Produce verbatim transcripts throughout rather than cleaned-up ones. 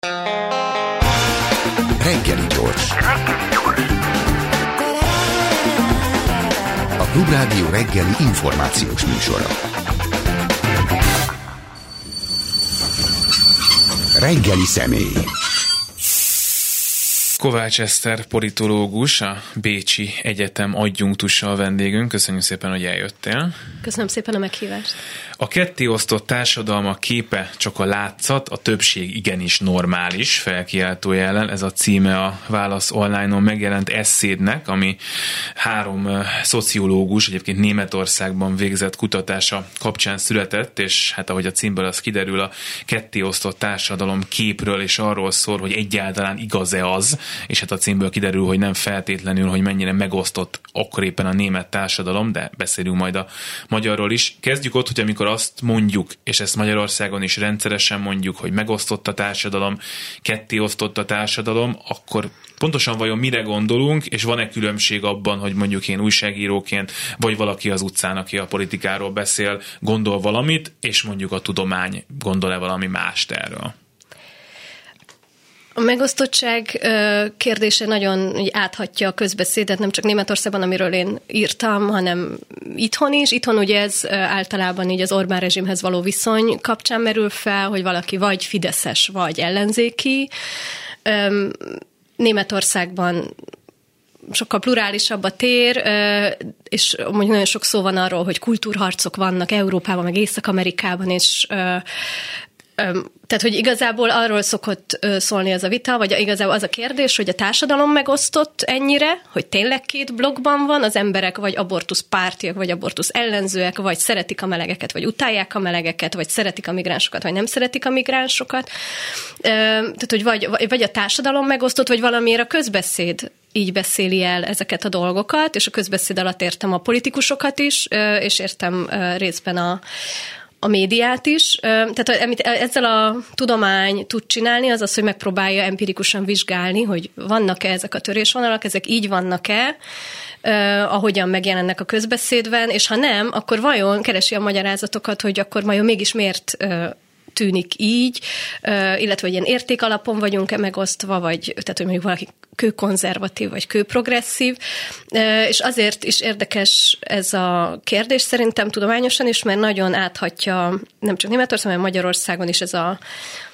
Reggeli gyors. A Klubrádió reggeli információs műsora. Reggeli személy. Kovács Eszter politológus, a Bécsi Egyetem adjunktusa a vendégünk. Köszönjük szépen, hogy eljöttél. Köszönöm szépen a meghívást. A kettéosztott társadalma képe csak a látszat, a többség igenis normális, felkiáltója ellen. Ez a címe a Válasz online-on megjelent esszédnek, ami három uh, szociológus, egyébként Németországban végzett kutatása kapcsán született, és hát ahogy a címből az kiderül, a kettéosztott társadalom képről, és arról szól, hogy egyáltalán igaz-e az, és hát a címből kiderül, hogy nem feltétlenül, hogy mennyire megosztott akkor éppen a német társadalom, de beszélünk majd a magyarról is. Kezdjük ott, hogy amikor azt mondjuk, és ezt Magyarországon is rendszeresen mondjuk, hogy megosztott a társadalom, kettéosztott a társadalom, akkor pontosan vajon mire gondolunk, és van-e különbség abban, hogy mondjuk én újságíróként, vagy valaki az utcán, aki a politikáról beszél, gondol valamit, és mondjuk a tudomány gondol-e valami mást erről? A megosztottság kérdése nagyon áthatja a közbeszédet, nem csak Németországban, amiről én írtam, hanem itthon is. Itthon ugye ez általában így az Orbán rezsimhez való viszony kapcsán merül fel, hogy valaki vagy fideszes, vagy ellenzéki. Németországban sokkal plurálisabb a tér, és mondjuk nagyon sok szó van arról, hogy kultúrharcok vannak Európában, meg Észak-Amerikában, és tehát, hogy igazából arról szokott szólni ez a vita, vagy igazából az a kérdés, hogy a társadalom megosztott ennyire, hogy tényleg két blokkban van, az emberek vagy abortusz pártiak, vagy abortusz ellenzőek, vagy szeretik a melegeket, vagy utálják a melegeket, vagy szeretik a migránsokat, vagy nem szeretik a migránsokat. Tehát, hogy vagy, vagy a társadalom megosztott, vagy valamiért a közbeszéd így beszéli el ezeket a dolgokat, és a közbeszéd alatt értem a politikusokat is, és értem részben a a médiát is. Tehát amit ezzel a tudomány tud csinálni, az az, hogy megpróbálja empirikusan vizsgálni, hogy vannak-e ezek a törésvonalak, ezek így vannak-e, ahogyan megjelennek a közbeszédben, és ha nem, akkor vajon keresi a magyarázatokat, hogy akkor vajon mégis miért tűnik így, illetve hogy ilyen értékalapon vagyunk-e megosztva, vagy tehát, hogy mondjuk valaki kőkonzervatív, vagy kőprogresszív, és azért is érdekes ez a kérdés szerintem tudományosan is, mert nagyon áthatja nem csak Németországban, hanem Magyarországon is ez a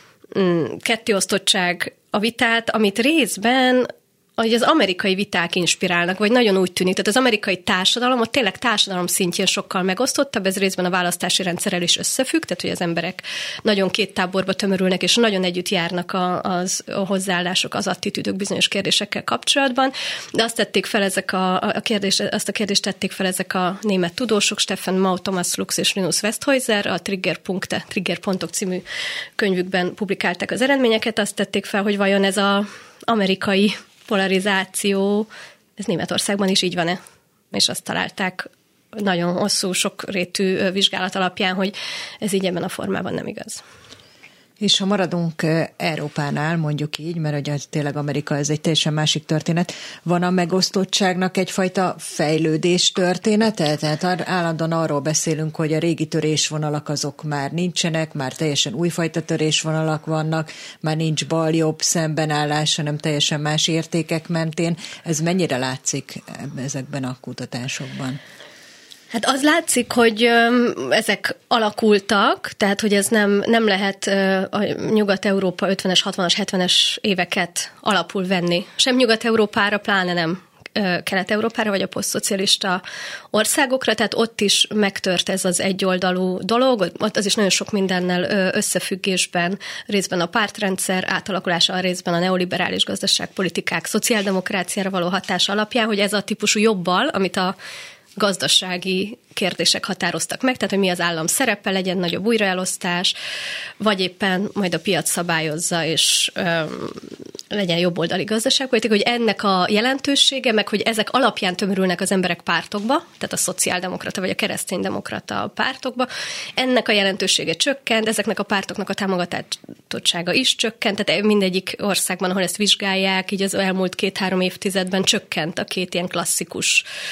kettéosztottság a vitát, amit részben hogy az amerikai viták inspirálnak, vagy nagyon úgy tűnik. Tehát az amerikai társadalom, ott tényleg társadalom szintjén sokkal megosztottabb, ez részben a választási rendszerrel is összefügg, tehát hogy az emberek nagyon két táborba tömörülnek, és nagyon együtt járnak a, az, a hozzáállások, az attitűdök bizonyos kérdésekkel kapcsolatban, de azt tették fel ezek a, a kérdés, azt a kérdést tették fel ezek a német tudósok, Stefan Mau, Thomas Lux és Linus Westhäuser, a Triggerpunkte, Triggerpontok című könyvükben publikálták az eredményeket, azt tették fel, hogy vajon ez az amerikai polarizáció, ez Németországban is így van-e? És azt találták nagyon hosszú, sokrétű vizsgálat alapján, hogy ez így ebben a formában nem igaz. És ha maradunk Európánál, mondjuk így, mert ugye tényleg Amerika ez egy teljesen másik történet, van a megosztottságnak egyfajta fejlődés története? Tehát állandóan arról beszélünk, hogy a régi törésvonalak azok már nincsenek, már teljesen újfajta törésvonalak vannak, már nincs bal-jobb szembenállás, hanem teljesen más értékek mentén. Ez mennyire látszik ezekben a kutatásokban? Hát az látszik, hogy ezek alakultak, tehát hogy ez nem, nem lehet a Nyugat-Európa ötvenes, hatvanas, hetvenes éveket alapul venni. Sem Nyugat-Európára, pláne nem Kelet-Európára, vagy a posztszocialista országokra, tehát ott is megtört ez az egyoldalú dolog, ott az is nagyon sok mindennel összefüggésben, részben a pártrendszer átalakulása, a részben a neoliberális gazdaságpolitikák, szociáldemokráciára való hatása alapján, hogy ez a típusú jobbal, amit a gazdasági kérdések határoztak meg, tehát hogy mi az állam szerepe, legyen nagyobb újraelosztás, vagy éppen majd a piac szabályozza, és öm, legyen jobboldali gazdaságpolitika, hogy ennek a jelentősége, meg hogy ezek alapján tömörülnek az emberek pártokba, tehát a szociáldemokrata vagy a kereszténydemokrata pártokba, ennek a jelentősége csökkent, ezeknek a pártoknak a támogatottsága is csökkent, tehát mindegyik országban, ahol ezt vizsgálják, így az elmúlt két-három évtizedben csökkent a két ilyen klasszikus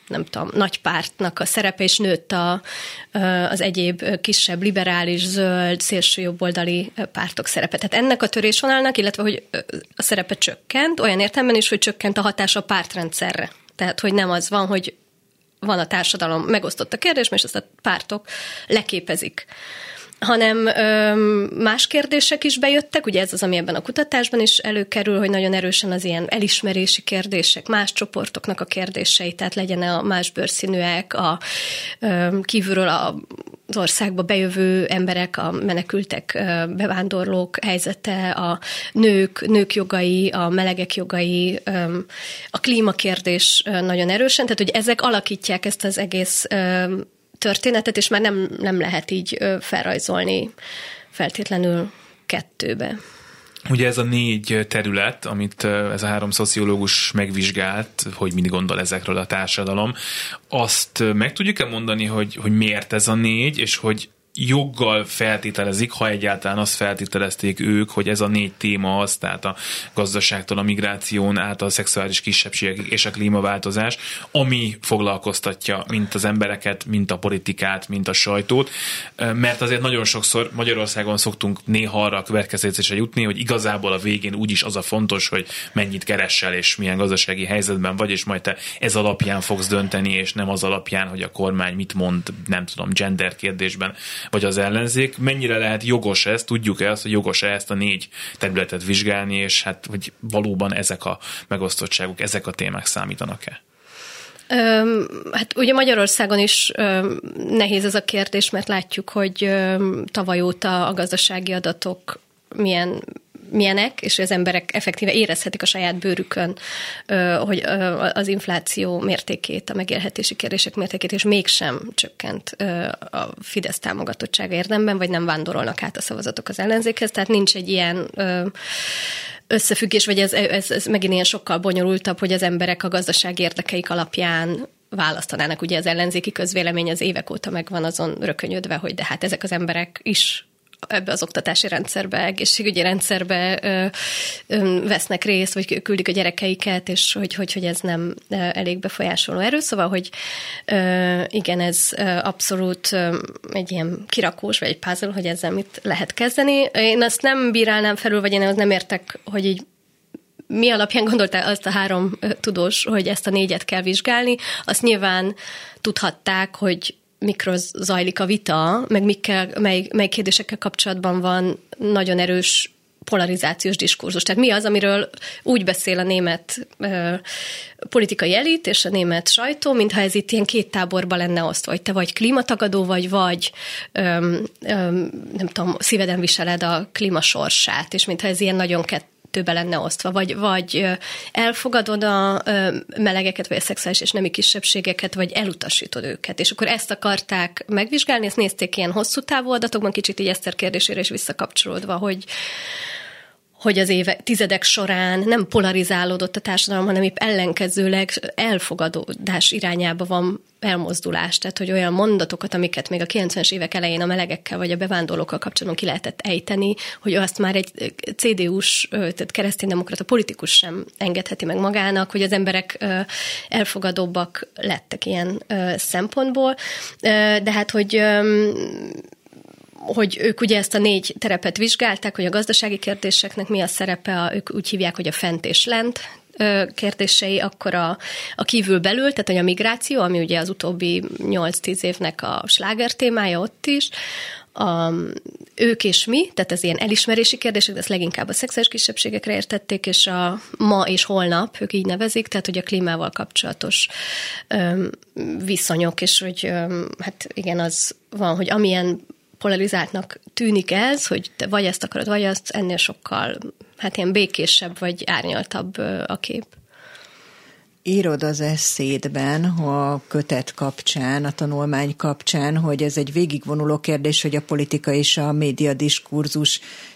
nem tudom, nagy pártnak a szerepe, és nőtt a, az egyéb kisebb, liberális, zöld, szélsőjobboldali pártok szerepe. Tehát ennek a törésvonalnak, illetve hogy a szerepe csökkent, olyan értelemben is, hogy csökkent a hatása a pártrendszerre. Tehát, hogy nem az van, hogy van a társadalom, megosztott a kérdés, és ezt a pártok leképezik. Hanem ö, más kérdések is bejöttek, ugye ez az, ami ebben a kutatásban is előkerül, hogy nagyon erősen az ilyen elismerési kérdések, más csoportoknak a kérdései, tehát legyen a más bőrszínűek, a ö, kívülről a az országba bejövő emberek, a menekültek, bevándorlók helyzete, a nők, nők jogai, a melegek jogai, a klímakérdés nagyon erősen, tehát hogy ezek alakítják ezt az egész történetet, és már nem, nem lehet így felrajzolni feltétlenül kettőbe. Ugye ez a négy terület, amit ez a három szociológus megvizsgált, hogy mit gondol ezekről a társadalom, azt meg tudjuk-e mondani, hogy, hogy miért ez a négy, és hogy joggal feltételezik, ha egyáltalán azt feltételezték ők, hogy ez a négy téma az, tehát a gazdaságtól, a migráción át a szexuális kisebbségek és a klímaváltozás, ami foglalkoztatja mint az embereket, mint a politikát, mint a sajtót, mert azért nagyon sokszor Magyarországon szoktunk néha arra a következtetésre jutni, hogy igazából a végén úgyis az a fontos, hogy mennyit keresel és milyen gazdasági helyzetben vagy, és majd te ez alapján fogsz dönteni, és nem az alapján, hogy a kormány mit mond, nem tudom, gender kérdésben, vagy az ellenzék. Mennyire lehet jogos ez? Tudjuk-e azt, hogy jogos-e ezt a négy területet vizsgálni, és hát, hogy valóban ezek a megosztottságok, ezek a témák számítanak-e? Öm, hát ugye Magyarországon is öm, nehéz ez a kérdés, mert látjuk, hogy öm, tavaly óta a gazdasági adatok milyen milyenek, és az emberek effektíve érezhetik a saját bőrükön, hogy az infláció mértékét, a megélhetési kérdések mértékét, és mégsem csökkent a Fidesz támogatottsága érdemben, vagy nem vándorolnak át a szavazatok az ellenzékhez, tehát nincs egy ilyen összefüggés, vagy ez, ez, ez megint ilyen sokkal bonyolultabb, hogy az emberek a gazdasági érdekeik alapján választanának. Ugye az ellenzéki közvélemény az évek óta megvan azon rökönyödve, hogy de hát ezek az emberek is ebbe az oktatási rendszerbe, egészségügyi rendszerbe ö, ö, vesznek részt, vagy küldik a gyerekeiket, és hogy, hogy, hogy ez nem elég befolyásoló erő. Szóval, hogy ö, igen, ez abszolút ö, egy ilyen kirakós, vagy egy puzzle, hogy ezzel mit lehet kezdeni. Én azt nem bírálnám felül, vagy én az nem értek, hogy így mi alapján gondoltál azt a három tudós, hogy ezt a négyet kell vizsgálni. Azt nyilván tudhatták, hogy mikről zajlik a vita, meg mikkel, mely, mely kérdésekkel kapcsolatban van nagyon erős polarizációs diskurzus. Tehát mi az, amiről úgy beszél a német ö, politikai elit és a német sajtó, mintha ez itt ilyen két táborba lenne osztva, hogy te vagy klímatagadó vagy, vagy ö, ö, nem tudom, szíveden viseled a klíma sorsát, és mintha ez ilyen nagyon kett be lenne osztva, vagy, vagy elfogadod a melegeket, vagy a szexuális és nemi kisebbségeket, vagy elutasítod őket. És akkor ezt akarták megvizsgálni, ezt nézték ilyen hosszú távú adatokban, kicsit így Eszter kérdésére is visszakapcsolódva, hogy hogy az évek, tizedek során nem polarizálódott a társadalom, hanem épp ellenkezőleg elfogadódás irányába van elmozdulás. Tehát, hogy olyan mondatokat, amiket még a kilencvenes évek elején a melegekkel vagy a bevándorlókkal kapcsolatban ki lehetett ejteni, hogy azt már egy cé dé u-s, tehát kereszténydemokrata politikus sem engedheti meg magának, hogy az emberek elfogadóbbak lettek ilyen szempontból. De hát, hogy hogy ők ugye ezt a négy terepet vizsgálták, hogy a gazdasági kérdéseknek mi a szerepe, a, ők úgy hívják, hogy a fent és lent kérdései, akkor a, a kívül belül, tehát hogy a migráció, ami ugye az utóbbi nyolc-tíz évnek a sláger témája ott is, a, ők és mi, tehát ez ilyen elismerési kérdések, de ezt leginkább a szexuális kisebbségekre értették, és a ma és holnap, ők így nevezik, tehát hogy a klímával kapcsolatos öm, viszonyok, és hogy öm, hát igen, az van, hogy amilyen polarizáltnak tűnik ez, hogy te vagy ezt akarod, vagy azt, ennél sokkal hát ilyen békésebb, vagy árnyaltabb a kép. Írod az esszédben, a kötet kapcsán, a tanulmány kapcsán, hogy ez egy végigvonuló kérdés, hogy a politika és a média diskurzus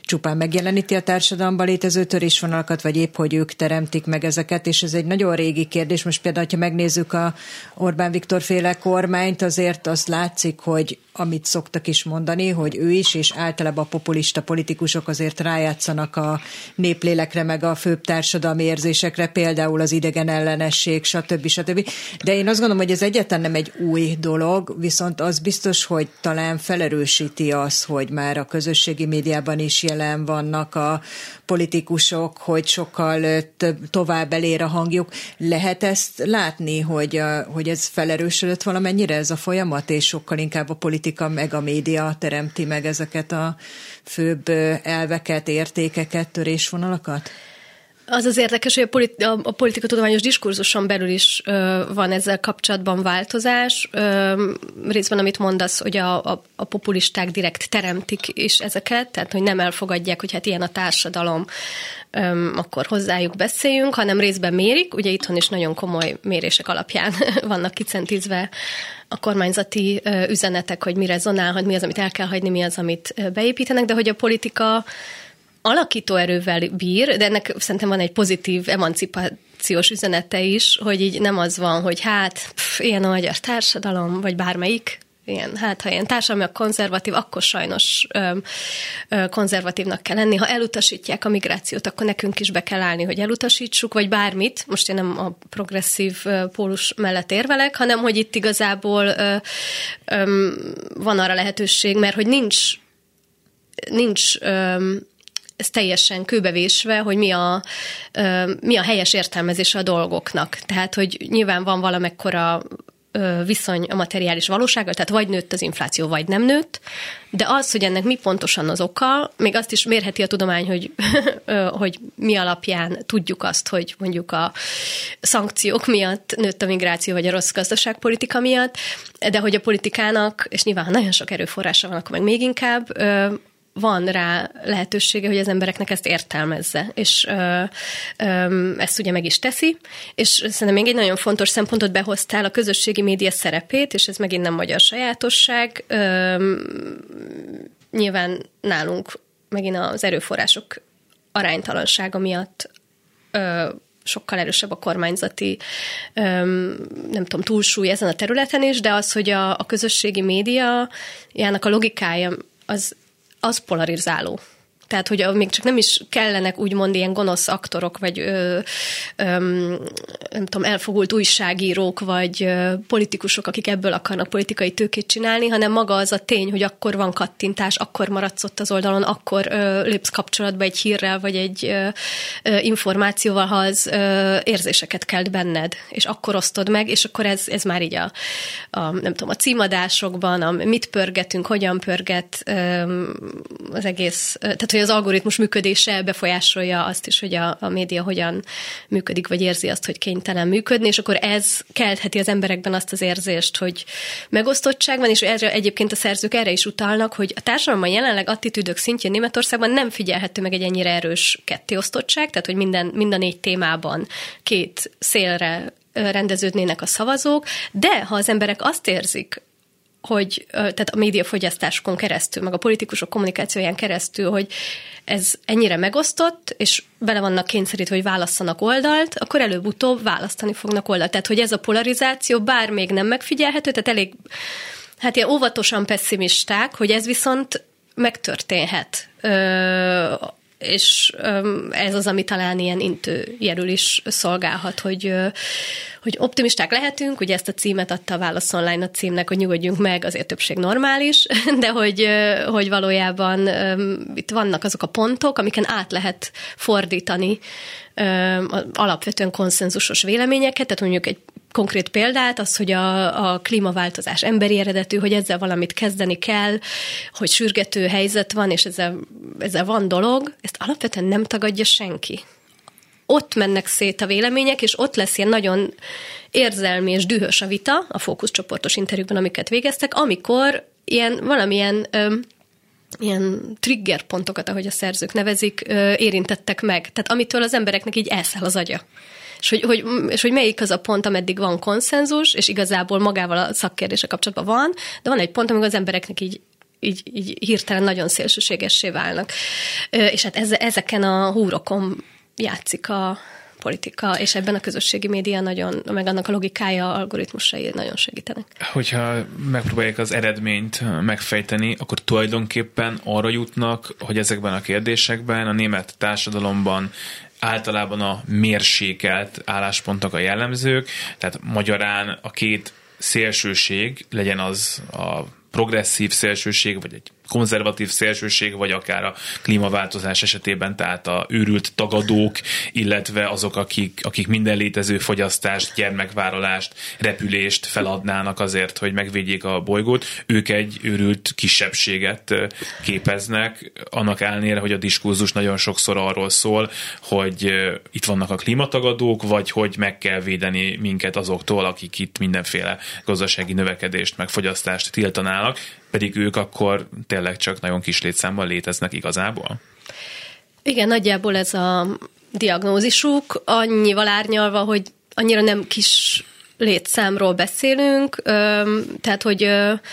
csupán megjeleníti a társadalomban létező törésvonalakat, vagy épp, hogy ők teremtik meg ezeket, és ez egy nagyon régi kérdés. Most például, ha megnézzük a Orbán Viktor féle kormányt, azért azt látszik, hogy amit szoktak is mondani, hogy ő is, és általában a populista politikusok azért rájátszanak a néplélekre, meg a főbb társadalmi érzésekre, például az idegen ellenesség, stb. stb. De én azt gondolom, hogy ez egyáltalán nem egy új dolog, viszont az biztos, hogy talán felerősíti az, hogy már a közösségi médiában is jelen vannak a politikusok, hogy sokkal tovább elér a hangjuk. Lehet ezt látni, hogy, a, hogy ez felerősödött valamennyire ez a folyamat, és sokkal inkább a politika meg a média teremti meg ezeket a főbb elveket, értékeket, törésvonalakat? Az az érdekes, hogy a, politi- a politikatudományos diskurzuson belül is ö, van ezzel kapcsolatban változás. Ö, részben, amit mondasz, hogy a, a, a populisták direkt teremtik is ezeket, tehát hogy nem elfogadják, hogy hát ilyen a társadalom, ö, akkor hozzájuk beszéljünk, hanem részben mérik. Ugye itthon is nagyon komoly mérések alapján vannak kicentízve a kormányzati ö, üzenetek, hogy mi rezonálhat, mi az, amit el kell hagyni, mi az, amit ö, beépítenek, de hogy a politika alakító erővel bír, de ennek szerintem van egy pozitív emancipációs üzenete is, hogy így nem az van, hogy hát pff, ilyen a magyar társadalom, vagy bármelyik, ilyen, hát ha ilyen társadalmiak konzervatív, akkor sajnos ö, ö, konzervatívnak kell lenni. Ha elutasítják a migrációt, akkor nekünk is be kell állni, hogy elutasítsuk, vagy bármit. Most én nem a progresszív ö, pólus mellett érvelek, hanem hogy itt igazából ö, ö, van arra lehetőség, mert hogy nincs nincs ö, ez teljesen kőbevésve, hogy mi a, mi a helyes értelmezése a dolgoknak. Tehát, hogy nyilván van valamekkora viszony a materiális valósággal, tehát vagy nőtt az infláció, vagy nem nőtt, de az, hogy ennek mi pontosan az oka, még azt is mérheti a tudomány, hogy, hogy mi alapján tudjuk azt, hogy mondjuk a szankciók miatt nőtt a migráció, vagy a rossz gazdaságpolitika miatt, de hogy a politikának, és nyilván ha nagyon sok erőforrása van, akkor meg még inkább, van rá lehetősége, hogy az embereknek ezt értelmezze, és ö, ö, ezt ugye meg is teszi, és szerintem még egy nagyon fontos szempontot behoztál, a közösségi média szerepét, és ez megint nem magyar sajátosság. Ö, nyilván nálunk megint az erőforrások aránytalansága miatt ö, sokkal erősebb a kormányzati öm, nem tudom, túlsúly ezen a területen is, de az, hogy a, a közösségi médiájának a logikája az az polarizáló. Tehát, hogy még csak nem is kellenek úgymond ilyen gonosz aktorok, vagy ö, ö, nem tudom, elfogult újságírók, vagy ö, politikusok, akik ebből akarnak politikai tőkét csinálni, hanem maga az a tény, hogy akkor van kattintás, akkor maradsz ott az oldalon, akkor ö, lépsz kapcsolatba egy hírrel, vagy egy ö, ö, információval, ha az ö, érzéseket kelt benned, és akkor osztod meg, és akkor ez, ez már így a, a, nem tudom, a címadásokban, a mit pörgetünk, hogyan pörget ö, az egész, tehát, hogy az algoritmus működése befolyásolja azt is, hogy a, a média hogyan működik, vagy érzi azt, hogy kénytelen működni, és akkor ez keltheti az emberekben azt az érzést, hogy megosztottság van, és erre egyébként a szerzők erre is utalnak, hogy a társadalomban jelenleg attitűdök szintjén Németországban nem figyelhető meg egy ennyire erős kettéosztottság, tehát hogy minden, mind a négy témában két szélre rendeződnének a szavazók, de ha az emberek azt érzik, hogy tehát a médiafogyasztáskon keresztül, meg a politikusok kommunikációján keresztül, hogy ez ennyire megosztott, és bele vannak kényszerítve, hogy válasszanak oldalt, akkor előbb-utóbb választani fognak oldalt. Tehát, hogy ez a polarizáció bár még nem megfigyelhető, tehát elég, hát ilyen óvatosan pessimisták, hogy ez viszont megtörténhet. Ö, és ez az, ami talán ilyen intőjelül is szolgálhat, hogy, hogy optimisták lehetünk, ugye ezt a címet adta a Válasz Online a címnek, hogy nyugodjunk meg, azért többség normális, de hogy, hogy valójában itt vannak azok a pontok, amiken át lehet fordítani alapvetően konszenzusos véleményeket, tehát mondjuk egy konkrét példát, az, hogy a, a klímaváltozás emberi eredetű, hogy ezzel valamit kezdeni kell, hogy sürgető helyzet van, és ezzel, ezzel van dolog, ezt alapvetően nem tagadja senki. Ott mennek szét a vélemények, és ott lesz ilyen nagyon érzelmi és dühös a vita, a fókuszcsoportos interjúkban, amiket végeztek, amikor ilyen valamilyen öm, ilyen trigger pontokat, ahogy a szerzők nevezik, érintettek meg. Tehát amitől az embereknek így elszáll az agya. És hogy, hogy, és hogy melyik az a pont, ameddig van konszenzus, és igazából magával a szakkérdése kapcsolatban van, de van egy pont, amikor az embereknek így így, így hirtelen nagyon szélsőségessé válnak. És hát ezeken a húrokon játszik a politika, és ebben a közösségi média nagyon, meg annak a logikája, algoritmusai nagyon segítenek. Hogyha megpróbálják az eredményt megfejteni, akkor tulajdonképpen arra jutnak, hogy ezekben a kérdésekben a német társadalomban általában a mérsékelt álláspontok a jellemzők, tehát magyarán a két szélsőség, legyen az a progresszív szélsőség, vagy egy konzervatív szélsőség, vagy akár a klímaváltozás esetében, tehát a őrült tagadók, illetve azok, akik, akik minden létező fogyasztást, gyermekvállalást, repülést feladnának azért, hogy megvédjék a bolygót. Ők egy őrült kisebbséget képeznek, annak ellenére, hogy a diskurzus nagyon sokszor arról szól, hogy itt vannak a klímatagadók, vagy hogy meg kell védeni minket azoktól, akik itt mindenféle gazdasági növekedést, meg fogyasztást tiltanának, pedig ők akkor tényleg csak nagyon kis létszámban léteznek igazából? Igen, nagyjából ez a diagnózisuk, annyival árnyalva, hogy annyira nem kis létszámról beszélünk, tehát, hogy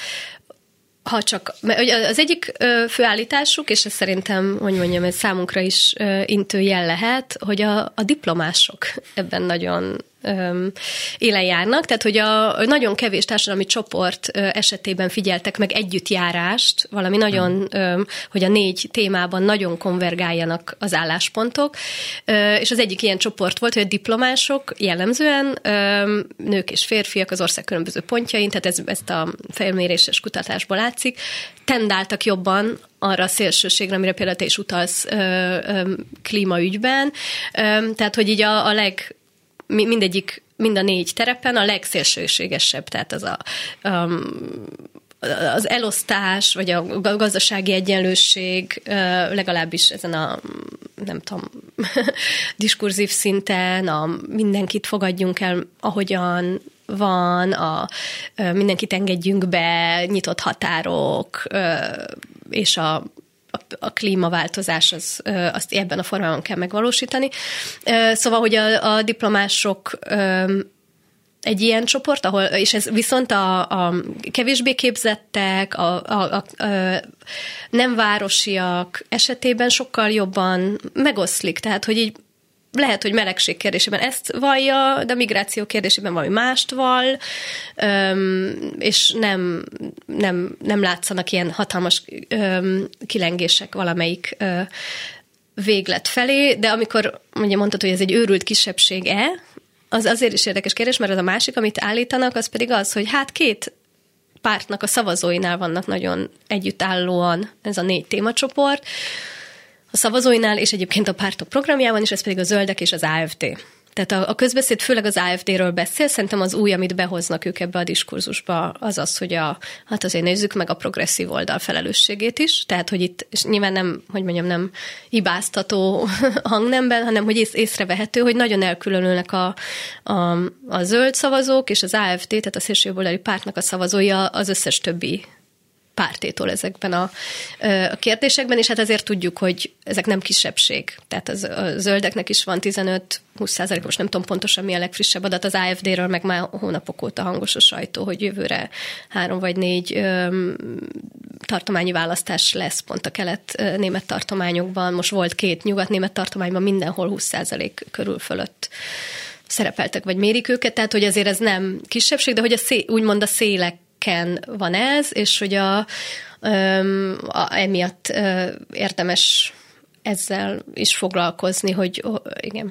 ha csak, az egyik főállításuk, és ez szerintem, hogy mondjam, ez számunkra is intő jel lehet, hogy a, a diplomások ebben nagyon élen járnak, tehát hogy a nagyon kevés társadalmi csoport esetében figyeltek meg együttjárást, valami nagyon, hmm. hogy a négy témában nagyon konvergáljanak az álláspontok, és az egyik ilyen csoport volt, hogy a diplomások jellemzően nők és férfiak az ország különböző pontjain, tehát ez, ezt a felméréses kutatásból látszik, tendáltak jobban arra a szélsőségre, amire például te is utalsz klímaügyben, tehát hogy így a, a leg mindegyik, mind a négy terepen a legszélsőségesebb, tehát az a, um, az elosztás, vagy a gazdasági egyenlőség legalábbis ezen a, nem tudom, diskurzív szinten, a mindenkit fogadjunk el, ahogyan van, a mindenkit engedjünk be, nyitott határok, és a a klímaváltozás, az, azt ebben a formában kell megvalósítani. Szóval, hogy a, a diplomások egy ilyen csoport, ahol, és ez viszont a, a kevésbé képzettek, a, a, a, a nem városiak esetében sokkal jobban megoszlik, tehát, hogy így lehet, hogy melegség kérdésében ezt vallja, de a migráció kérdésében valami mást vall, és nem, nem, nem látszanak ilyen hatalmas kilengések valamelyik véglet felé, de amikor mondja, mondtad, hogy ez egy őrült kisebbség-e, az azért is érdekes kérdés, mert az a másik, amit állítanak, az pedig az, hogy hát két pártnak a szavazóinál vannak nagyon együttállóan ez a négy témacsoport, a szavazóinál, és egyébként a pártok programjában is, ez pedig a zöldek és az á ef dé. Tehát a, a közbeszéd főleg az á ef dé-ről beszél, szerintem az új, amit behoznak ők ebbe a diskurzusba, az az, hogy a, hát azért nézzük meg a progresszív oldal felelősségét is, tehát, hogy itt, és nyilván nem, hogy mondjam, nem hibáztató hangnemben, hanem, hogy ész, észrevehető, hogy nagyon elkülönülnek a, a, a zöld szavazók, és az á ef dé, tehát a szélsőjobboldali pártnak a szavazója az összes többi pártétól ezekben a, a kérdésekben, és hát ezért tudjuk, hogy ezek nem kisebbség. Tehát az, a zöldeknek is van tizenöt-húsz százalék, most nem tudom pontosan mi a legfrissebb adat, az á ef dé-ről meg már hónapok óta hangos a sajtó, hogy jövőre három vagy négy öm, tartományi választás lesz pont a kelet-német tartományokban. Most volt két nyugat-német tartományban, mindenhol húsz százalék körül fölött szerepeltek, vagy mérik őket, tehát hogy azért ez nem kisebbség, de hogy a szé, úgymond a szélek van ez, és hogy a, a, emiatt érdemes ezzel is foglalkozni, hogy igen.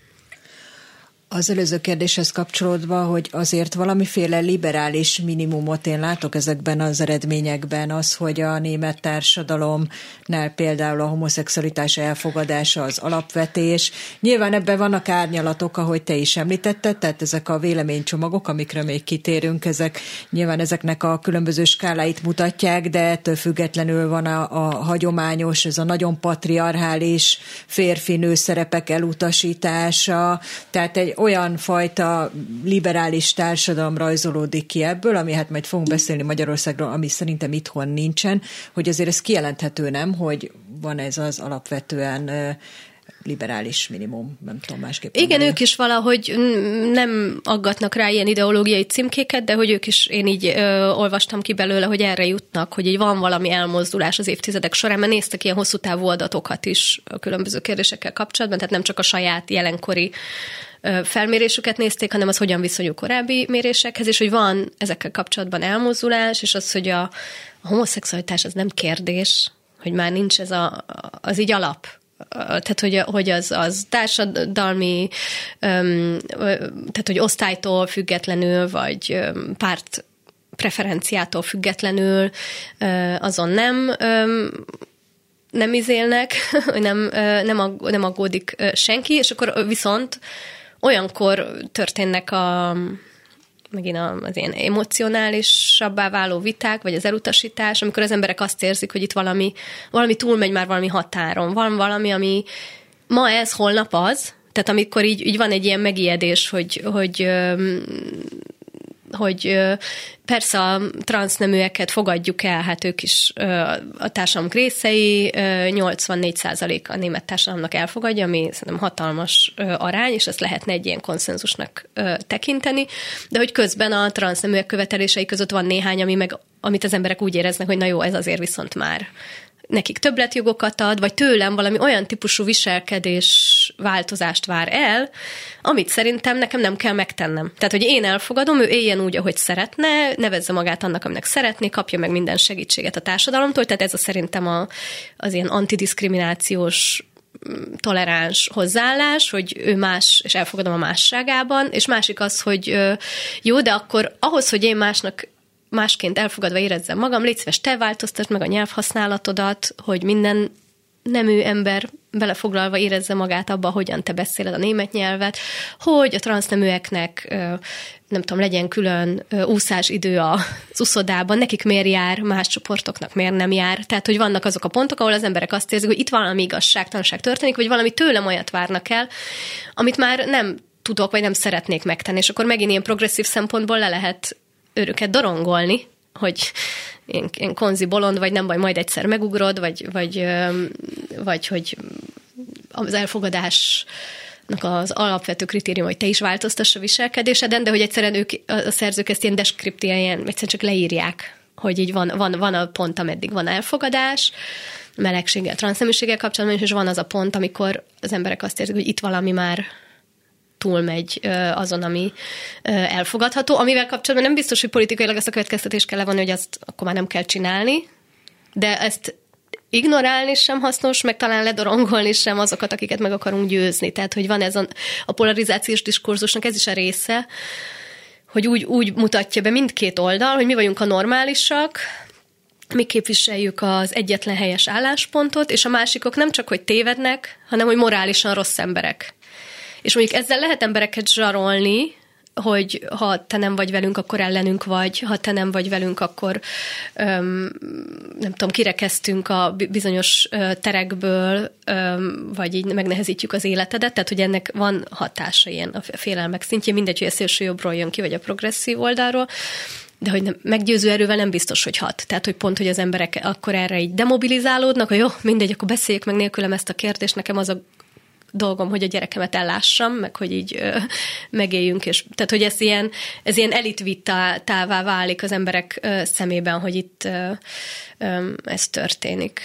Az előző kérdéshez kapcsolódva, hogy azért valamiféle liberális minimumot én látok ezekben az eredményekben, az, hogy a német társadalomnál például a homoszexualitás elfogadása az alapvetés. Nyilván ebben vannak árnyalatok, ahogy te is említetted, tehát ezek a véleménycsomagok, amikre még kitérünk, ezek nyilván ezeknek a különböző skáláit mutatják, de ettől függetlenül van a, a hagyományos, ez a nagyon patriarchális férfi-nő szerepek elutasítása, tehát egy olyan fajta liberális társadalom rajzolódik ki ebből, ami hát majd fogunk beszélni Magyarországról, ami szerintem itthon nincsen, hogy azért ez kijelenthető, nem, hogy van ez az alapvetően liberális minimum, nem tudom másképp. Igen, mondani. ők is valahogy nem aggatnak rá ilyen ideológiai címkéket, de hogy ők is, én így ö, olvastam ki belőle, hogy erre jutnak, hogy így van valami elmozdulás az évtizedek során, mert néztek ilyen hosszú távú adatokat is a különböző kérdésekkel kapcsolatban, tehát nem csak a saját jelenkori ö, felmérésüket nézték, hanem az hogyan viszonyul korábbi mérésekhez, és hogy van ezekkel kapcsolatban elmozdulás, és az, hogy a, a homoszexualitás az nem kérdés, hogy már nincs ez a, az így alap. Tehát, hogy, hogy az, az társadalmi, öm, tehát, hogy osztálytól függetlenül, vagy párt preferenciától függetlenül azon nem, nem izélnek, nem, nem, ag, nem aggódik senki, és akkor viszont olyankor történnek a megint az ilyen emocionálisabbá váló viták, vagy az elutasítás, amikor az emberek azt érzik, hogy itt valami, valami túlmegy már valami határon. Van valami, ami ma ez, holnap az. Tehát amikor így, így van egy ilyen megijedés, hogy, hogy, hogy persze a transzneműeket fogadjuk el, hát ők is a társadalom részei, nyolcvannégy százalék a német társadalomnak elfogadja, ami szerintem hatalmas arány, és ezt lehetne egy ilyen konszenzusnak tekinteni, de hogy közben a transzneműek követelései között van néhány, ami meg, amit az emberek úgy éreznek, hogy na jó, ez azért viszont már nekik többletjogokat ad, vagy tőlem valami olyan típusú viselkedés változást vár el, amit szerintem nekem nem kell megtennem. Tehát, hogy én elfogadom, ő éljen úgy, ahogy szeretne, nevezze magát annak, aminek szeretné, kapja meg minden segítséget a társadalomtól, tehát ez a szerintem a, az ilyen antidiszkriminációs toleráns hozzáállás, hogy ő más, és elfogadom a másságában, és másik az, hogy jó, de akkor ahhoz, hogy én másnak másként elfogadva érezzem magam, légy szíves, te változtasd meg a nyelvhasználatodat, hogy minden nemű ember belefoglalva érezze magát abba, hogyan te beszéled a német nyelvet, hogy a transzneműeknek, nem tudom, legyen külön úszásidő az uszodában, nekik miért jár, más csoportoknak miért nem jár. Tehát, hogy vannak azok a pontok, ahol az emberek azt érzik, hogy itt valami igazságtalanság történik, vagy valami tőlem olyat várnak el, amit már nem tudok, vagy nem szeretnék megtenni. És akkor megint ilyen progresszív szempontból le lehet őrüket dorongolni, hogy én, én konzi bolond, vagy nem baj, majd egyszer megugrod, vagy, vagy, vagy hogy az elfogadásnak az alapvető kritérium, hogy te is változtass a viselkedéseden, de hogy egyszerűen ők, a szerzők ezt ilyen deskriptíven, ilyen, egyszerűen csak leírják, hogy így van, van, van a pont, ameddig van elfogadás, melegséggel, transzneműséggel kapcsolatban, és van az a pont, amikor az emberek azt érzik, hogy itt valami már túlmegy azon, ami elfogadható, amivel kapcsolatban nem biztos, hogy politikailag ezt a következtetést kell levonni, hogy azt akkor már nem kell csinálni, de ezt ignorálni sem hasznos, meg talán ledorongolni sem azokat, akiket meg akarunk győzni. Tehát, hogy van ez a, a polarizációs diskurzusnak ez is a része, hogy úgy, úgy mutatja be mindkét oldal, hogy mi vagyunk a normálisak, mi képviseljük az egyetlen helyes álláspontot, és a másikok nem csak, hogy tévednek, hanem, hogy morálisan rossz emberek. És mondjuk ezzel lehet embereket zsarolni, hogy ha te nem vagy velünk, akkor ellenünk vagy, ha te nem vagy velünk, akkor öm, nem tudom, kirekeztünk a bizonyos terekből, öm, vagy így megnehezítjük az életedet, tehát hogy ennek van hatása ilyen a félelmek szintjén, mindegy, hogy a szélső jobbról jön ki, vagy a progresszív oldalról, de hogy nem, meggyőző erővel nem biztos, hogy hat. Tehát, hogy pont, hogy az emberek akkor erre így demobilizálódnak, hogy jó, mindegy, akkor beszéljük meg nélkülem ezt a kérdést, nekem az a dolgom, hogy a gyerekemet ellássam, meg hogy így ö, megéljünk, és tehát, hogy ez ilyen, ez ilyen elitvitává válik az emberek ö, szemében, hogy itt ö, ö, ez történik.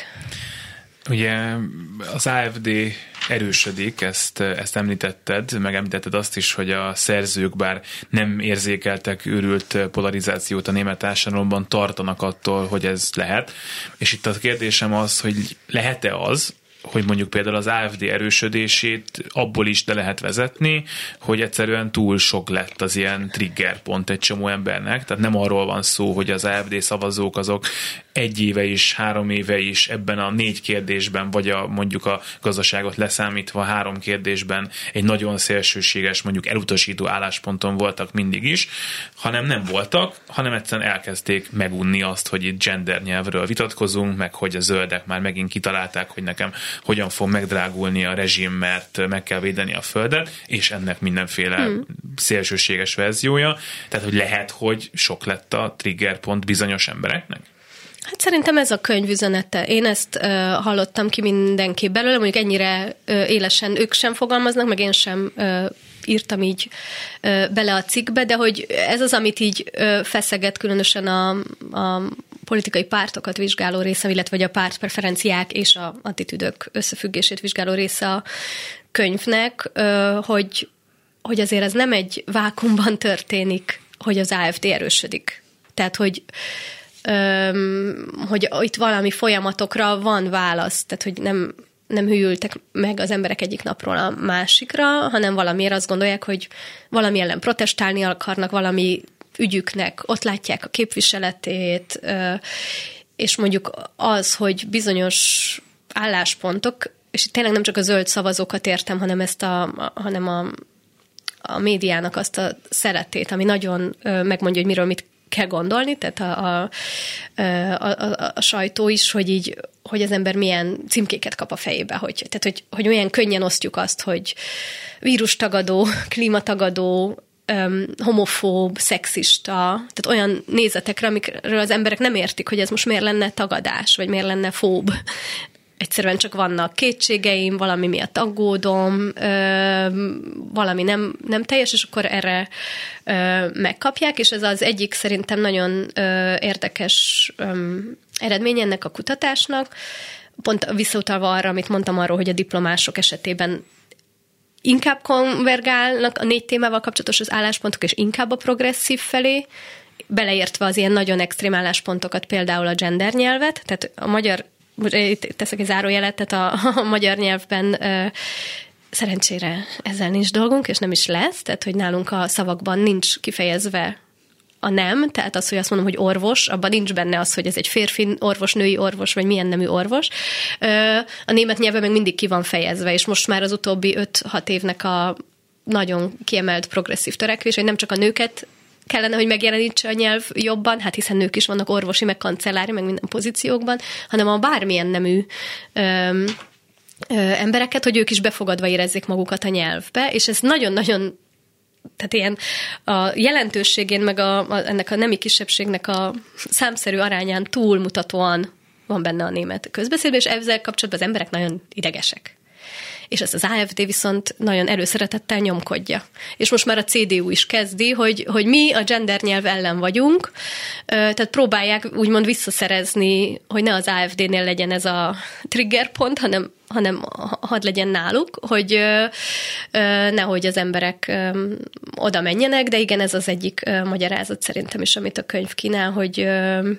Ugye az á ef dé erősödik, ezt, ezt említetted, meg említetted azt is, hogy a szerzők bár nem érzékeltek őrült polarizációt a német társadalomban, tartanak attól, hogy ez lehet. És itt a kérdésem az, hogy lehet-e az, hogy mondjuk például az á ef dé erősödését abból is le lehet vezetni, hogy egyszerűen túl sok lett az ilyen triggerpont egy csomó embernek. Tehát nem arról van szó, hogy az á ef dé szavazók azok egy éve is, három éve is ebben a négy kérdésben, vagy a, mondjuk a gazdaságot leszámítva három kérdésben egy nagyon szélsőséges, mondjuk elutasító állásponton voltak mindig is, hanem nem voltak, hanem egyszerűen elkezdték megunni azt, hogy itt gender nyelvről vitatkozunk, meg hogy a zöldek már megint kitalálták, hogy nekem hogyan fog megdrágulni a rezsim, mert meg kell védeni a földet, és ennek mindenféle hmm. szélsőséges verziója. Tehát, hogy lehet, hogy sok lett a triggerpont bizonyos embereknek? Hát szerintem ez a könyv üzenete. Én ezt uh, hallottam ki mindenki belőle, mondjuk ennyire uh, élesen ők sem fogalmaznak, meg én sem uh, írtam így uh, bele a cikkbe, de hogy ez az, amit így uh, feszeget különösen a, a politikai pártokat vizsgáló része, illetve vagy a pártpreferenciák és a attitűdök összefüggését vizsgáló része a könyvnek, uh, hogy, hogy azért ez nem egy vákuumban történik, hogy az á ef dé erősödik. Tehát, hogy hogy itt valami folyamatokra van válasz, tehát hogy nem, nem hűltek meg az emberek egyik napról a másikra, hanem valamiért azt gondolják, hogy valami ellen protestálni akarnak, valami ügyüknek ott látják a képviseletét, és mondjuk az, hogy bizonyos álláspontok, és tényleg nem csak a zöld szavazókat értem, hanem ezt a, hanem a, a médiának azt a szeretét, ami nagyon megmondja, hogy miről mit kell gondolni, tehát a, a, a, a, a sajtó is, hogy így, hogy az ember milyen címkéket kap a fejébe, hogy, tehát hogy, hogy milyen könnyen osztjuk azt, hogy vírustagadó, klímatagadó, um, homofób, szexista, tehát olyan nézetekre, amikről az emberek nem értik, hogy ez most miért lenne tagadás, vagy miért lenne fób. Egyszerűen csak vannak kétségeim, valami miatt aggódom, valami nem, nem teljes, és akkor erre megkapják, és ez az egyik szerintem nagyon érdekes eredmény ennek a kutatásnak, pont visszautalva arra, amit mondtam arról, hogy a diplomások esetében inkább konvergálnak a négy témával kapcsolatos az álláspontok, és inkább a progresszív felé, beleértve az ilyen nagyon extrém álláspontokat, például a gender nyelvet, tehát a magyar itt teszek egy zárójelet, tehát a, a magyar nyelvben ö, szerencsére ezzel nincs dolgunk, és nem is lesz, tehát hogy nálunk a szavakban nincs kifejezve a nem, tehát az, hogy azt mondom, hogy orvos, abban nincs benne az, hogy ez egy férfi orvos, női orvos, vagy milyen nemű orvos. Ö, a német nyelven meg mindig ki van fejezve, és most már az utóbbi öt-hat évnek a nagyon kiemelt progresszív törekvés, hogy nem csak a nőket kellene, hogy megjelenítse a nyelv jobban, hát hiszen nők is vannak orvosi, meg kancellári, meg minden pozíciókban, hanem a bármilyen nemű ö, ö, embereket, hogy ők is befogadva érezzék magukat a nyelvbe, és ez nagyon-nagyon, tehát ilyen a jelentőségén, meg a, a, ennek a nemi kisebbségnek a számszerű arányán túlmutatóan van benne a német közbeszédben, és ezzel kapcsolatban az emberek nagyon idegesek. És ezt az á ef dé viszont nagyon előszeretettel nyomkodja. És most már a cé dé u is kezdi, hogy, hogy mi a gender nyelv ellen vagyunk, tehát próbálják úgymond visszaszerezni, hogy ne az á ef dénél legyen ez a triggerpont, hanem, hanem hadd legyen náluk, hogy nehogy az emberek oda menjenek, de igen, ez az egyik magyarázat szerintem is, amit a könyv kínál, hogy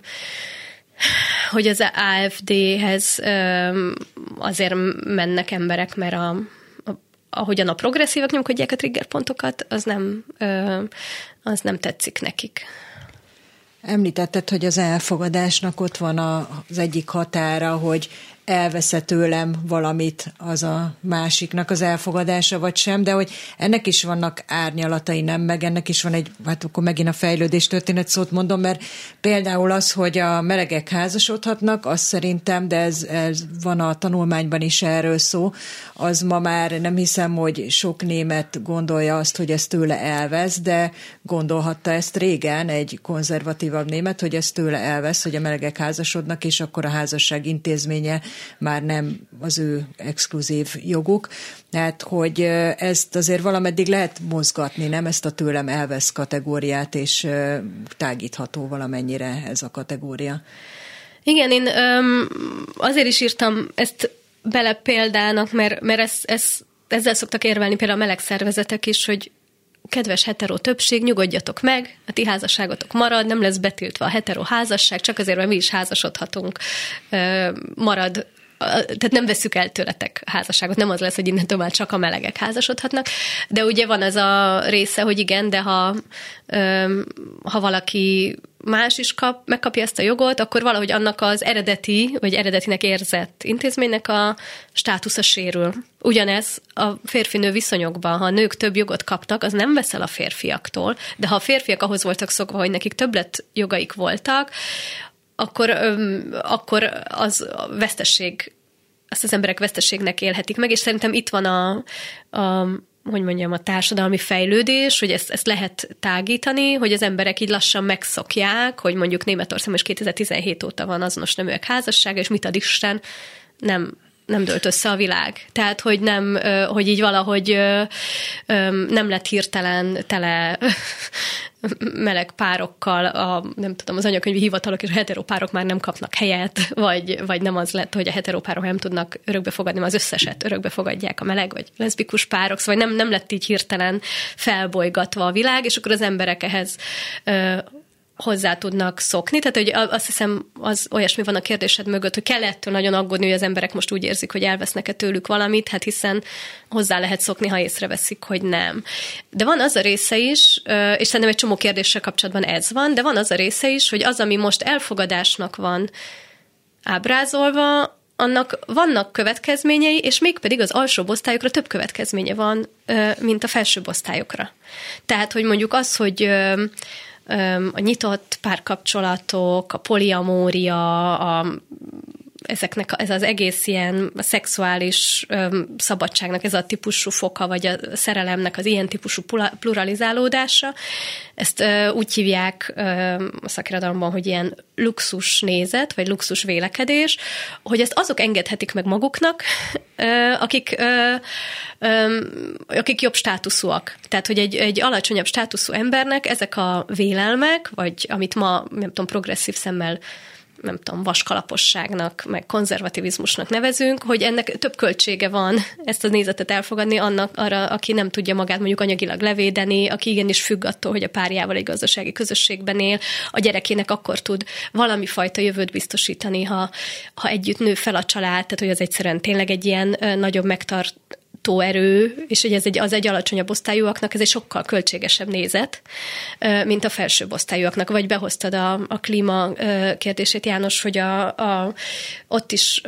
hogy az á ef déhez azért mennek emberek, mert a, a, ahogyan a progresszívak nyomkodják a triggerpontokat, az nem, az nem tetszik nekik. Említetted, hogy az elfogadásnak ott van az egyik határa, hogy elvesz tőlem valamit az a másiknak az elfogadása, vagy sem, de hogy ennek is vannak árnyalatai, nem, meg ennek is van egy, hát akkor megint a fejlődés történet szót mondom, mert például az, hogy a melegek házasodhatnak, az szerintem, de ez, ez van a tanulmányban is erről szó, az ma már nem hiszem, hogy sok német gondolja azt, hogy ez tőle elvesz, de gondolhatta ezt régen egy konzervatívabb német, hogy ez tőle elvesz, hogy a melegek házasodnak, és akkor a házasság intézménye már nem az ő exkluzív joguk. Tehát, hogy ezt azért valameddig lehet mozgatni, nem ezt a tőlem elvesz kategóriát, és tágítható valamennyire ez a kategória. Igen, én öm, azért is írtam ezt bele példának, mert, mert ez, ez, ezzel szoktak érvelni például a meleg szervezetek is, hogy kedves hetero többség, nyugodjatok meg, a ti házasságotok marad, nem lesz betiltva a hetero házasság, csak azért, mert mi is házasodhatunk, marad, tehát nem vesszük el tőletek házasságot, nem az lesz, hogy innentől már csak a melegek házasodhatnak, de ugye van ez a része, hogy igen, de ha, ha valaki más is kap, megkapja ezt a jogot, akkor valahogy annak az eredeti, vagy eredetinek érzett intézménynek a státusza sérül. Ugyanez a férfi-nő viszonyokban, ha a nők több jogot kaptak, az nem veszel a férfiaktól, de ha a férfiak ahhoz voltak szokva, hogy nekik többlet jogaik voltak, akkor, öm, akkor az a vesztesség, azt az emberek vesztességnek élhetik meg, és szerintem itt van a, a hogy mondjam, a társadalmi fejlődés, hogy ezt, ezt lehet tágítani, hogy az emberek így lassan megszokják, hogy mondjuk Németországban is kétezer-tizenhét óta van azonos neműek házassága, és mit ad Isten, nem nem dőlt össze a világ. Tehát, hogy nem, hogy így valahogy nem lett hirtelen tele meleg párokkal, a, nem tudom, az anyakönyvi hivatalok és a heteropárok már nem kapnak helyet, vagy, vagy nem az lett, hogy a heteropárok nem tudnak örökbe fogadni, az összeset örökbe fogadják a meleg vagy leszbikus párok, szóval nem, nem lett így hirtelen felbolygatva a világ, és akkor az emberek ehhez hozzá tudnak szokni. Tehát, hogy azt hiszem, az olyasmi van a kérdésed mögött, hogy kell ettől nagyon aggódni, hogy az emberek most úgy érzik, hogy elvesznek-e tőlük valamit, hát hiszen hozzá lehet szokni, ha észreveszik, hogy nem. De van az a része is, és szerintem egy csomó kérdéssel kapcsolatban ez van, de van az a része is, hogy az, ami most elfogadásnak van ábrázolva, annak vannak következményei, és mégpedig az alsóbb osztályokra több következménye van, mint a felsőbb osztályokra. Tehát, hogy mondjuk az, hogy a nyitott párkapcsolatok, a poliamória, a, ezeknek, ez az egész ilyen a szexuális öm, szabadságnak ez a típusú foka, vagy a szerelemnek az ilyen típusú pluralizálódása, ezt ö, úgy hívják ö, a szakirodalomban, hogy ilyen luxus nézet, vagy luxus vélekedés, hogy ezt azok engedhetik meg maguknak, ö, akik, ö, ö, akik jobb státuszúak. Tehát, hogy egy, egy alacsonyabb státuszú embernek ezek a vélelmek, vagy amit ma, nem tudom, progresszív szemmel nem tudom, vaskalaposságnak, meg konzervativizmusnak nevezünk, hogy ennek több költsége van ezt a nézetet elfogadni annak, arra, aki nem tudja magát mondjuk anyagilag levédeni, aki igenis függ attól, hogy a párjával egy gazdasági közösségben él, a gyerekének akkor tud valami fajta jövőt biztosítani, ha, ha együtt nő fel a család, tehát hogy az egyszerűen tényleg egy ilyen nagyobb megtart erő, és hogy ez egy, az egy alacsonyabb osztályúaknak, ez egy sokkal költségesebb nézet, mint a felsőbb osztályúaknak. Vagy behoztad a, a klíma kérdését, János, hogy a, a, ott is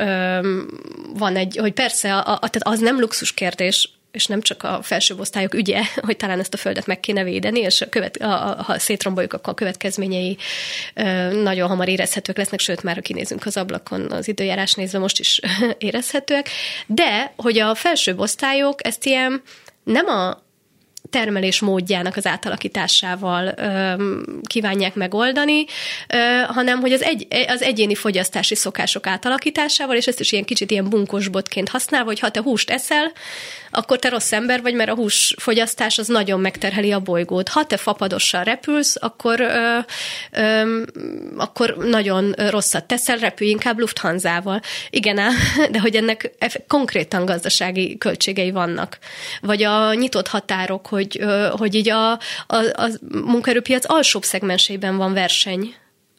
van egy, hogy persze, a, a, tehát az nem luxus kérdés, és nem csak a felsőbb osztályok ügye, hogy talán ezt a földet meg kéne védeni, és a követ, a, a, ha szétromboljuk, akkor a következményei ö, nagyon hamar érezhetők lesznek, sőt, már ha kinézünk az ablakon az időjárás nézve, most is érezhetőek, de hogy a felsőbb osztályok ezt ilyen nem a termelés módjának az átalakításával ö, kívánják megoldani, ö, hanem hogy az, egy, az egyéni fogyasztási szokások átalakításával, és ezt is ilyen kicsit ilyen bunkosbotként használva, hogy ha te húst eszel, akkor te rossz ember vagy, mert a húsfogyasztás az nagyon megterheli a bolygót. Ha te fapadossal repülsz, akkor, ö, ö, akkor nagyon rosszat teszel, repülj inkább Lufthansa-val. Igen ám, de hogy ennek konkrétan gazdasági költségei vannak. Vagy a nyitott határok, hogy, hogy így a, a, a munkaerőpiac alsóbb szegmensében van verseny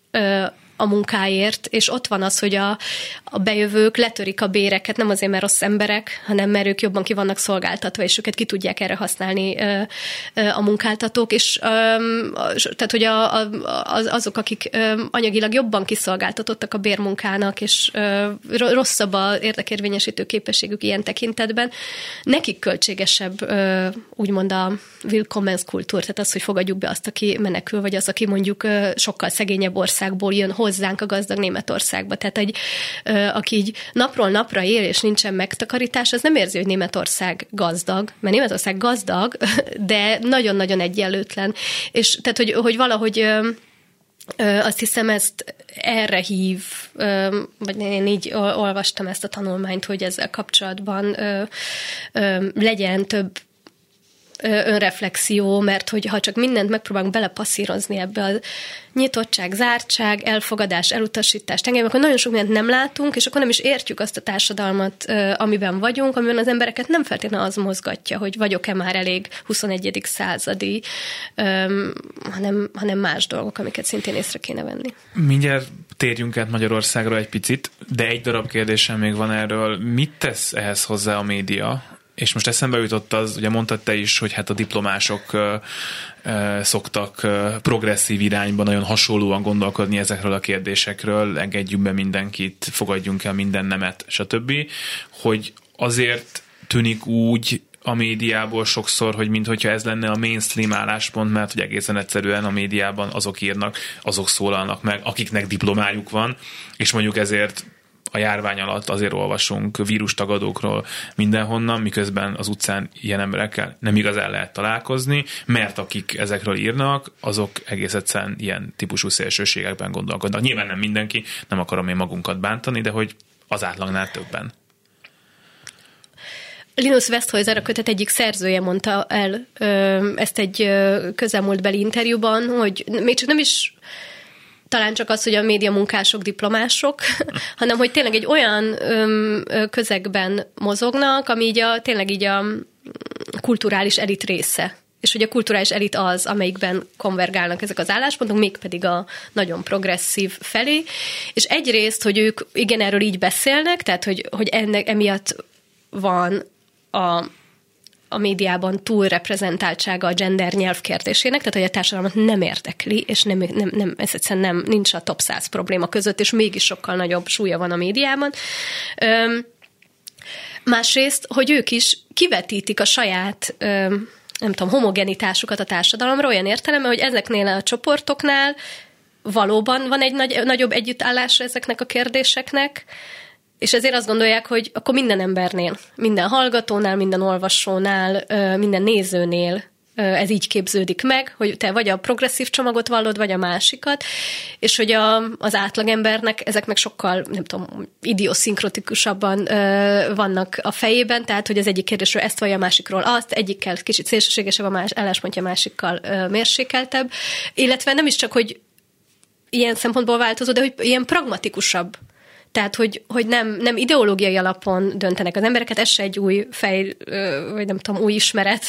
a munkáért, és ott van az, hogy a, a bejövők letörik a béreket, nem azért, mert rossz emberek, hanem mert ők jobban ki vannak szolgáltatva, és őket ki tudják erre használni a munkáltatók, és tehát, hogy a, a, azok, akik anyagilag jobban kiszolgáltatottak a bérmunkának, és rosszabb az érdekérvényesítő képességük ilyen tekintetben, nekik költségesebb úgymond a willkommenskultúr, tehát az, hogy fogadjuk be azt, aki menekül, vagy az, aki mondjuk sokkal szegényebb országból jön hozzánk a gazdag Németországba. Tehát egy, aki így napról napra él, és nincsen megtakarítás, az nem érzi, hogy Németország gazdag, mert Németország gazdag, de nagyon-nagyon egyenlőtlen. És tehát, hogy, hogy valahogy azt hiszem, ezt erre hív, vagy én így olvastam ezt a tanulmányt, hogy ezzel kapcsolatban legyen több önreflexió, mert hogy ha csak mindent megpróbálunk belepasszírozni ebbe a nyitottság, zártság, elfogadás, elutasítás, engem, akkor nagyon sok mindent nem látunk, és akkor nem is értjük azt a társadalmat, amiben vagyunk, amiben az embereket nem feltétlenül az mozgatja, hogy vagyok-e már elég huszonegyedik századi, hanem, hanem más dolgok, amiket szintén észre kéne venni. Mindjárt térjünk át Magyarországra egy picit, de egy darab kérdésem még van erről. Mit tesz ehhez hozzá a média? És most eszembe jutott az, ugye mondtad te is, hogy hát a diplomások ö, ö, szoktak ö, progresszív irányban nagyon hasonlóan gondolkodni ezekről a kérdésekről, engedjünk be mindenkit, fogadjunk el minden nemet, stb. Hogy azért tűnik úgy a médiából sokszor, hogy minthogyha ez lenne a mainstream álláspont, mert hogy egészen egyszerűen a médiában azok írnak, azok szólalnak meg, akiknek diplomájuk van, és mondjuk ezért a járvány alatt azért olvasunk vírustagadókról mindenhonnan, miközben az utcán ilyen emberekkel nem igazán lehet találkozni, mert akik ezekről írnak, azok egész egyszerűen ilyen típusú szélsőségekben gondolkodnak. Nyilván nem mindenki, nem akarom én magunkat bántani, de hogy az átlagnál többen. Linus Westhoiser, a kötet egyik szerzője mondta el ö, ezt egy ö, közelmúltbeli interjúban, hogy még csak nem is talán csak az, hogy a médiamunkások diplomások, hanem hogy tényleg egy olyan ö, közegben mozognak, ami így a, tényleg így a kulturális elit része. És hogy a kulturális elit az, amelyikben konvergálnak ezek az álláspontok, mégpedig a nagyon progresszív felé. És egyrészt, hogy ők igen erről így beszélnek, tehát hogy, hogy ennek emiatt van a, a médiában túlreprezentáltsága a gender nyelv kérdésének, tehát hogy a társadalmat nem érdekli, és nem, nem, nem, ez egyszerűen nem, nincs a top száz probléma között, és mégis sokkal nagyobb súlya van a médiában. Öm, másrészt, hogy ők is kivetítik a saját öm, nem tudom, homogenitásukat a társadalomra olyan értelemben, hogy ezeknél a csoportoknál valóban van egy nagy, nagyobb együttállás ezeknek a kérdéseknek, és ezért azt gondolják, hogy akkor minden embernél, minden hallgatónál, minden olvasónál, minden nézőnél ez így képződik meg, hogy te vagy a progresszív csomagot vallod, vagy a másikat, és hogy a, az átlagembernek ezek meg sokkal, nem tudom, idioszinkrotikusabban vannak a fejében, tehát, hogy az egyik kérdésről ezt vallja, a másikról azt, egyikkel kicsit szélsőségesebb, a más álláspontja, másikkal mérsékeltebb, illetve nem is csak, hogy ilyen szempontból változó, de hogy ilyen pragmatikusabb. Tehát, hogy, hogy nem, nem ideológiai alapon döntenek az embereket, ez se egy új fej, vagy nem tudom, új ismeret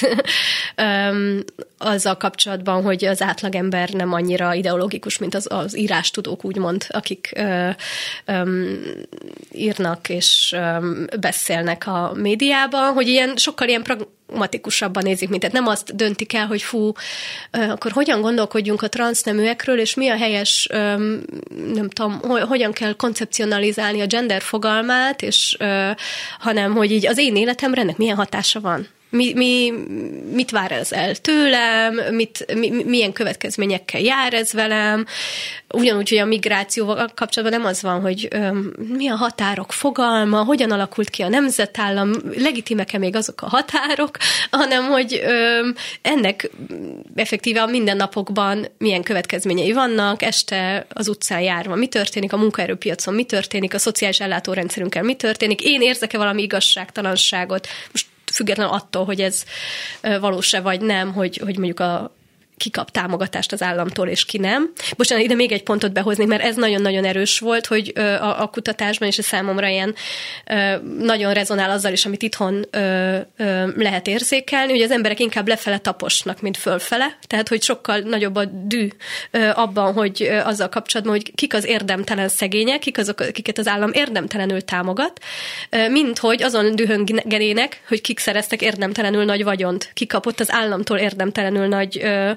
azzal kapcsolatban, hogy az átlagember nem annyira ideológikus, mint az, az írástudók, úgymond, akik ö, ö, írnak és ö, beszélnek a médiában, hogy ilyen, sokkal ilyen pragmatikusabban nézik, mint tehát nem azt döntik el, hogy fú, akkor hogyan gondolkodjunk a transzneműekről, és mi a helyes, nem tudom, hogyan kell koncepcionalizálni a gender fogalmát, és hanem, hogy így az én életemre ennek milyen hatása van. Mi, mi, mit vár ez el tőlem, mit, mi, milyen következményekkel jár ez velem. Ugyanúgy, hogy a migrációval kapcsolatban nem az van, hogy öm, mi a határok fogalma, hogyan alakult ki a nemzetállam, legitimek-e még azok a határok, hanem, hogy öm, ennek effektíve a mindennapokban milyen következményei vannak, este az utcán járva mi történik, a munkaerőpiacon mi történik, a szociális ellátórendszerünkkel mi történik, én érzek-e valami igazságtalanságot, most függetlenül attól, hogy ez valós-e vagy nem, hogy, hogy mondjuk a ki kap támogatást az államtól, és ki nem. Bocsánat, ide még egy pontot behoznék, mert ez nagyon-nagyon erős volt, hogy a, a kutatásban, és ez számomra ilyen nagyon rezonál azzal is, amit itthon lehet érzékelni, hogy az emberek inkább lefele taposnak, mint fölfele, tehát, hogy sokkal nagyobb a dű abban, hogy azzal kapcsolatban, hogy kik az érdemtelen szegények, kik azok, akiket az állam érdemtelenül támogat, mint hogy azon dühöngenének, hogy kik szereztek érdemtelenül nagy vagyont, ki kapott az államtól érdemtelenül nagy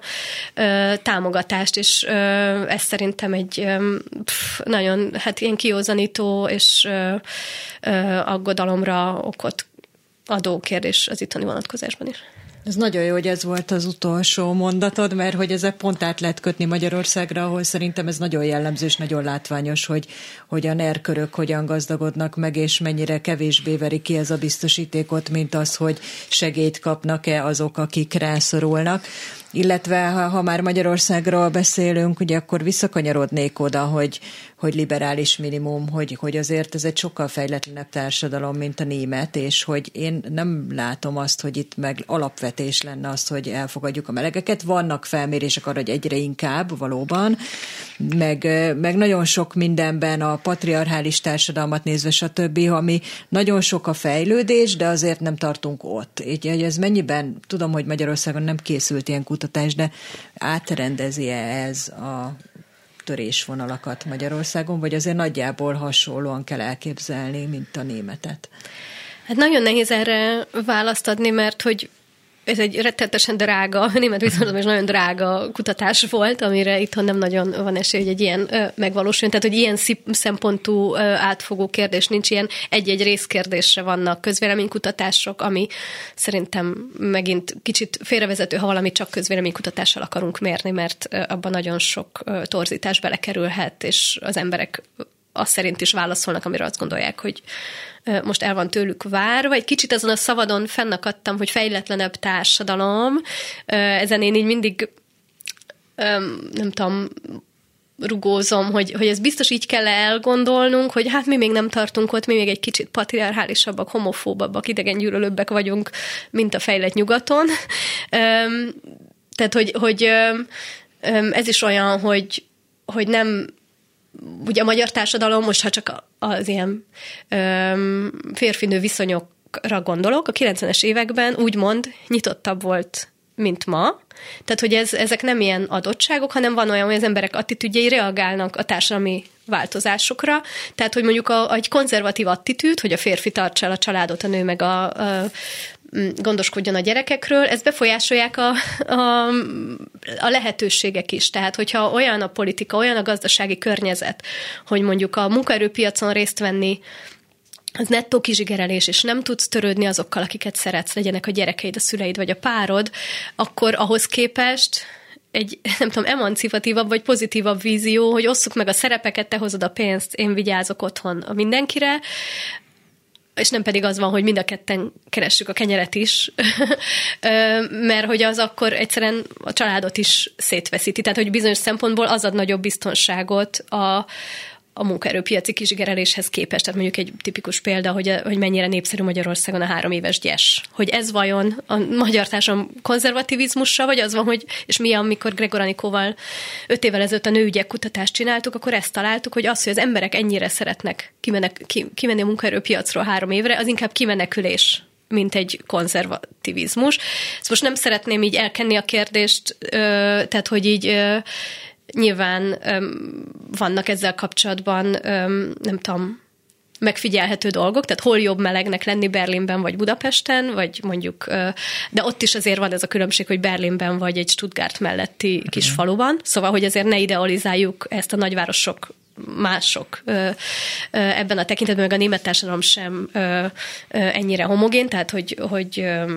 támogatást, és ez szerintem egy pff, nagyon hát ilyen kiózanító és aggodalomra okot adó kérdés az itteni vonatkozásban is. Ez nagyon jó, hogy ez volt az utolsó mondatod, mert hogy ezzel pont át lehet kötni Magyarországra, ahol szerintem ez nagyon jellemző és nagyon látványos, hogy, hogy a nerkörök hogyan gazdagodnak meg, és mennyire kevésbé veri ki ez a biztosítékot, mint az, hogy segélyt kapnak-e azok, akik rászorulnak. Illetve ha, ha már Magyarországról beszélünk, ugye akkor visszakanyarodnék oda, hogy, hogy liberális minimum, hogy, hogy azért ez egy sokkal fejletlenebb társadalom, mint a német, és hogy én nem látom azt, hogy itt meg alapvetés lenne az, hogy elfogadjuk a melegeket. Vannak felmérések arra, hogy egyre inkább valóban, meg, meg nagyon sok mindenben a patriarchális társadalmat nézve, stb., ami nagyon sok a fejlődés, de azért nem tartunk ott. Így, ez mennyiben, tudom, hogy Magyarországon nem készült ilyen kutatás, de átrendezi-e ez a törésvonalakat Magyarországon, vagy azért nagyjából hasonlóan kell elképzelni, mint a németet? Hát nagyon nehéz erre választ adni, mert hogy ez egy rettenetesen drága, német viszonylatban is nagyon drága kutatás volt, amire itthon nem nagyon van esély, hogy egy ilyen ö, megvalósuljon. Tehát, hogy ilyen szempontú ö, átfogó kérdés nincs, ilyen egy-egy részkérdésre vannak közvéleménykutatások, ami szerintem megint kicsit félrevezető, ha valami csak közvéleménykutatással akarunk mérni, mert ö, abban nagyon sok ö, torzítás belekerülhet, és az emberek azt szerint is válaszolnak, amire azt gondolják, hogy most el van tőlük várva. Egy kicsit azon a szavadon fennakadtam, hogy fejletlenebb társadalom. Ezen én így mindig nem tudom, rugózom, hogy, hogy ez biztos így kell elgondolnunk, hogy hát mi még nem tartunk ott, mi még egy kicsit patriarchálisabbak, homofóbabbak, idegengyűlölőbbek vagyunk, mint a fejlett nyugaton. Tehát, hogy, hogy ez is olyan, hogy, hogy nem ugye a magyar társadalom, most ha csak az ilyen férfinő viszonyokra gondolok, a kilencvenes években úgymond nyitottabb volt, mint ma. Tehát, hogy ez, ezek nem ilyen adottságok, hanem van olyan, hogy az emberek attitűdjei reagálnak a társadalmi változásokra. Tehát, hogy mondjuk a, egy konzervatív attitűd, hogy a férfi tartsa el a családot, a nő meg a, a gondoskodjon a gyerekekről, ezt befolyásolják a, a, a lehetőségek is. Tehát, hogyha olyan a politika, olyan a gazdasági környezet, hogy mondjuk a munkaerőpiacon részt venni, az nettó kizsigerelés, és nem tudsz törődni azokkal, akiket szeretsz, legyenek a gyerekeid, a szüleid vagy a párod, akkor ahhoz képest egy, nem tudom, emancipatívabb vagy pozitívabb vízió, hogy osszuk meg a szerepeket, te hozod a pénzt, én vigyázok otthon a mindenkire, és nem pedig az van, hogy mind a ketten keressük a kenyeret is, mert hogy az akkor egyszerűen a családot is szétveszíti. Tehát, hogy bizonyos szempontból az ad nagyobb biztonságot a a munkaerőpiaci kizsigereléshez képest. Tehát mondjuk egy tipikus példa, hogy, hogy mennyire népszerű Magyarországon a három éves gyes. Hogy ez vajon a magyar társadalom konzervativizmusa, vagy az van, hogy, és mi, amikor Gregor Anikóval öt évvel ezelőtt a nőügyek kutatást csináltuk, akkor ezt találtuk, hogy az, hogy az emberek ennyire szeretnek kimenek, ki, kimenni a munkaerőpiacról három évre, az inkább kimenekülés, mint egy konzervativizmus. Ezt most nem szeretném így elkenni a kérdést, tehát, hogy így nyilván öm, vannak ezzel kapcsolatban, öm, nem tudom, megfigyelhető dolgok, tehát hol jobb melegnek lenni Berlinben vagy Budapesten, vagy mondjuk, ö, de ott is azért van ez a különbség, hogy Berlinben vagy egy Stuttgart melletti kis faluban, szóval, hogy azért ne idealizáljuk ezt a nagyvárosok mások ö, ö, ebben a tekintetben, meg a német társadalom sem ö, ö, ennyire homogén, tehát hogy, hogy ö,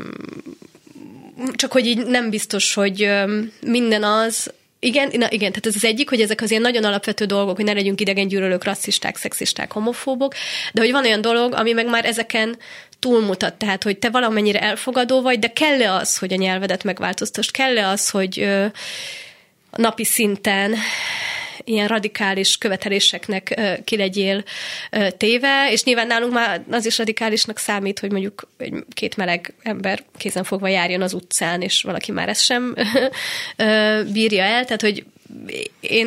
csak hogy így nem biztos, hogy ö, minden az. Igen, na igen, tehát ez az egyik, hogy ezek az ilyen nagyon alapvető dolgok, hogy ne legyünk idegengyűlölők, rasszisták, szexisták, homofóbok, de hogy van olyan dolog, ami meg már ezeken túlmutat, tehát hogy te valamennyire elfogadó vagy, de kell-e az, hogy a nyelvedet megváltoztasd, kell-e az, hogy ö, napi szinten ilyen radikális követeléseknek ö, ki legyél ö, téve, és nyilván nálunk már az is radikálisnak számít, hogy mondjuk egy két meleg ember kézenfogva járjon az utcán, és valaki már ezt sem ö, bírja el, tehát hogy én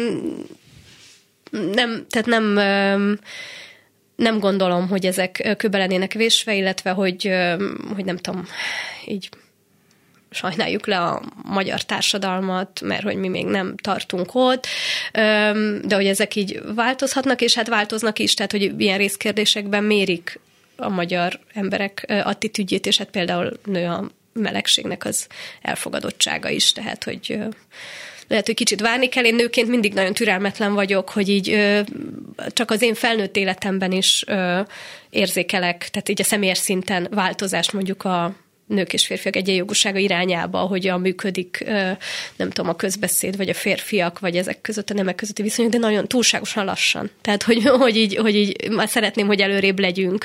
nem, tehát nem ö, nem gondolom, hogy ezek kőbe lennének vésve, illetve hogy, ö, hogy nem tudom, így sajnáljuk le a magyar társadalmat, mert hogy mi még nem tartunk ott, de hogy ezek így változhatnak, és hát változnak is, tehát hogy ilyen részkérdésekben mérik a magyar emberek attitűdjét, és hát például nő a melegségnek az elfogadottsága is, tehát hogy lehet, hogy kicsit várni kell. Én nőként mindig nagyon türelmetlen vagyok, hogy így csak az én felnőtt életemben is érzékelek, tehát így a személyes szinten változást mondjuk a nők és férfiak egyenjogúsága irányába, hogyan működik, nem tudom, a közbeszéd, vagy a férfiak, vagy ezek között a nemek közötti viszonyok, de nagyon túlságosan lassan. Tehát, hogy, hogy, így, hogy így már szeretném, hogy előrébb legyünk.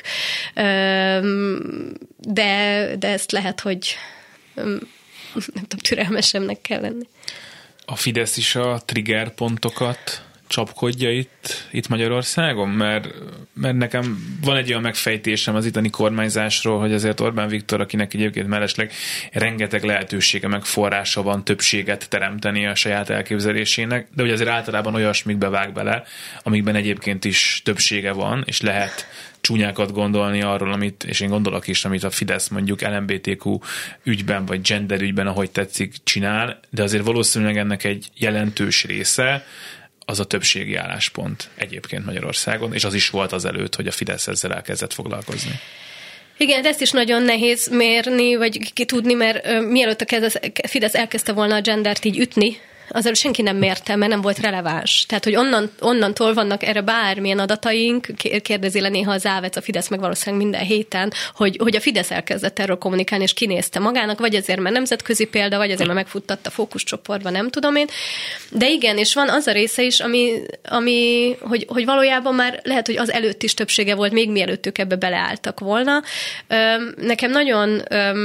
De, de ezt lehet, hogy nem tudom, türelmesemnek kell lenni. A Fidesz is a trigger pontokat csapkodja itt, itt Magyarországon? Mert, mert nekem van egy olyan megfejtésem az itteni kormányzásról, hogy azért Orbán Viktor, akinek egyébként mellesleg rengeteg lehetősége meg forrása van többséget teremteni a saját elképzelésének, de hogy azért általában olyasmikbe vág bele, amikben egyébként is többsége van, és lehet csúnyákat gondolni arról, amit, és én gondolok is, amit a Fidesz mondjuk el em bé té kú ügyben, vagy gender ügyben, ahogy tetszik, csinál, de azért valószínűleg ennek egy jelentős része az a többségi álláspont egyébként Magyarországon, és az is volt azelőtt, hogy a Fidesz ezzel elkezdett foglalkozni. Igen, ezt is nagyon nehéz mérni, vagy ki tudni, mert uh, mielőtt a Fidesz elkezdte volna a gendert így ütni, azzal senki nem mérte, mert nem volt releváns. Tehát, hogy onnan, onnantól vannak erre bármilyen adataink, kérdezi le néha az Ávec, a Fidesz, meg valószínűleg minden héten, hogy, hogy a Fidesz elkezdett erről kommunikálni, és kinézte magának, vagy azért, mert nemzetközi példa, vagy azért, mert megfuttatta fókuszcsoportban, nem tudom én. De igen, és van az a része is, ami, ami hogy, hogy valójában már lehet, hogy az előtt is többsége volt, még mielőtt ők ebbe beleálltak volna. Nekem nagyon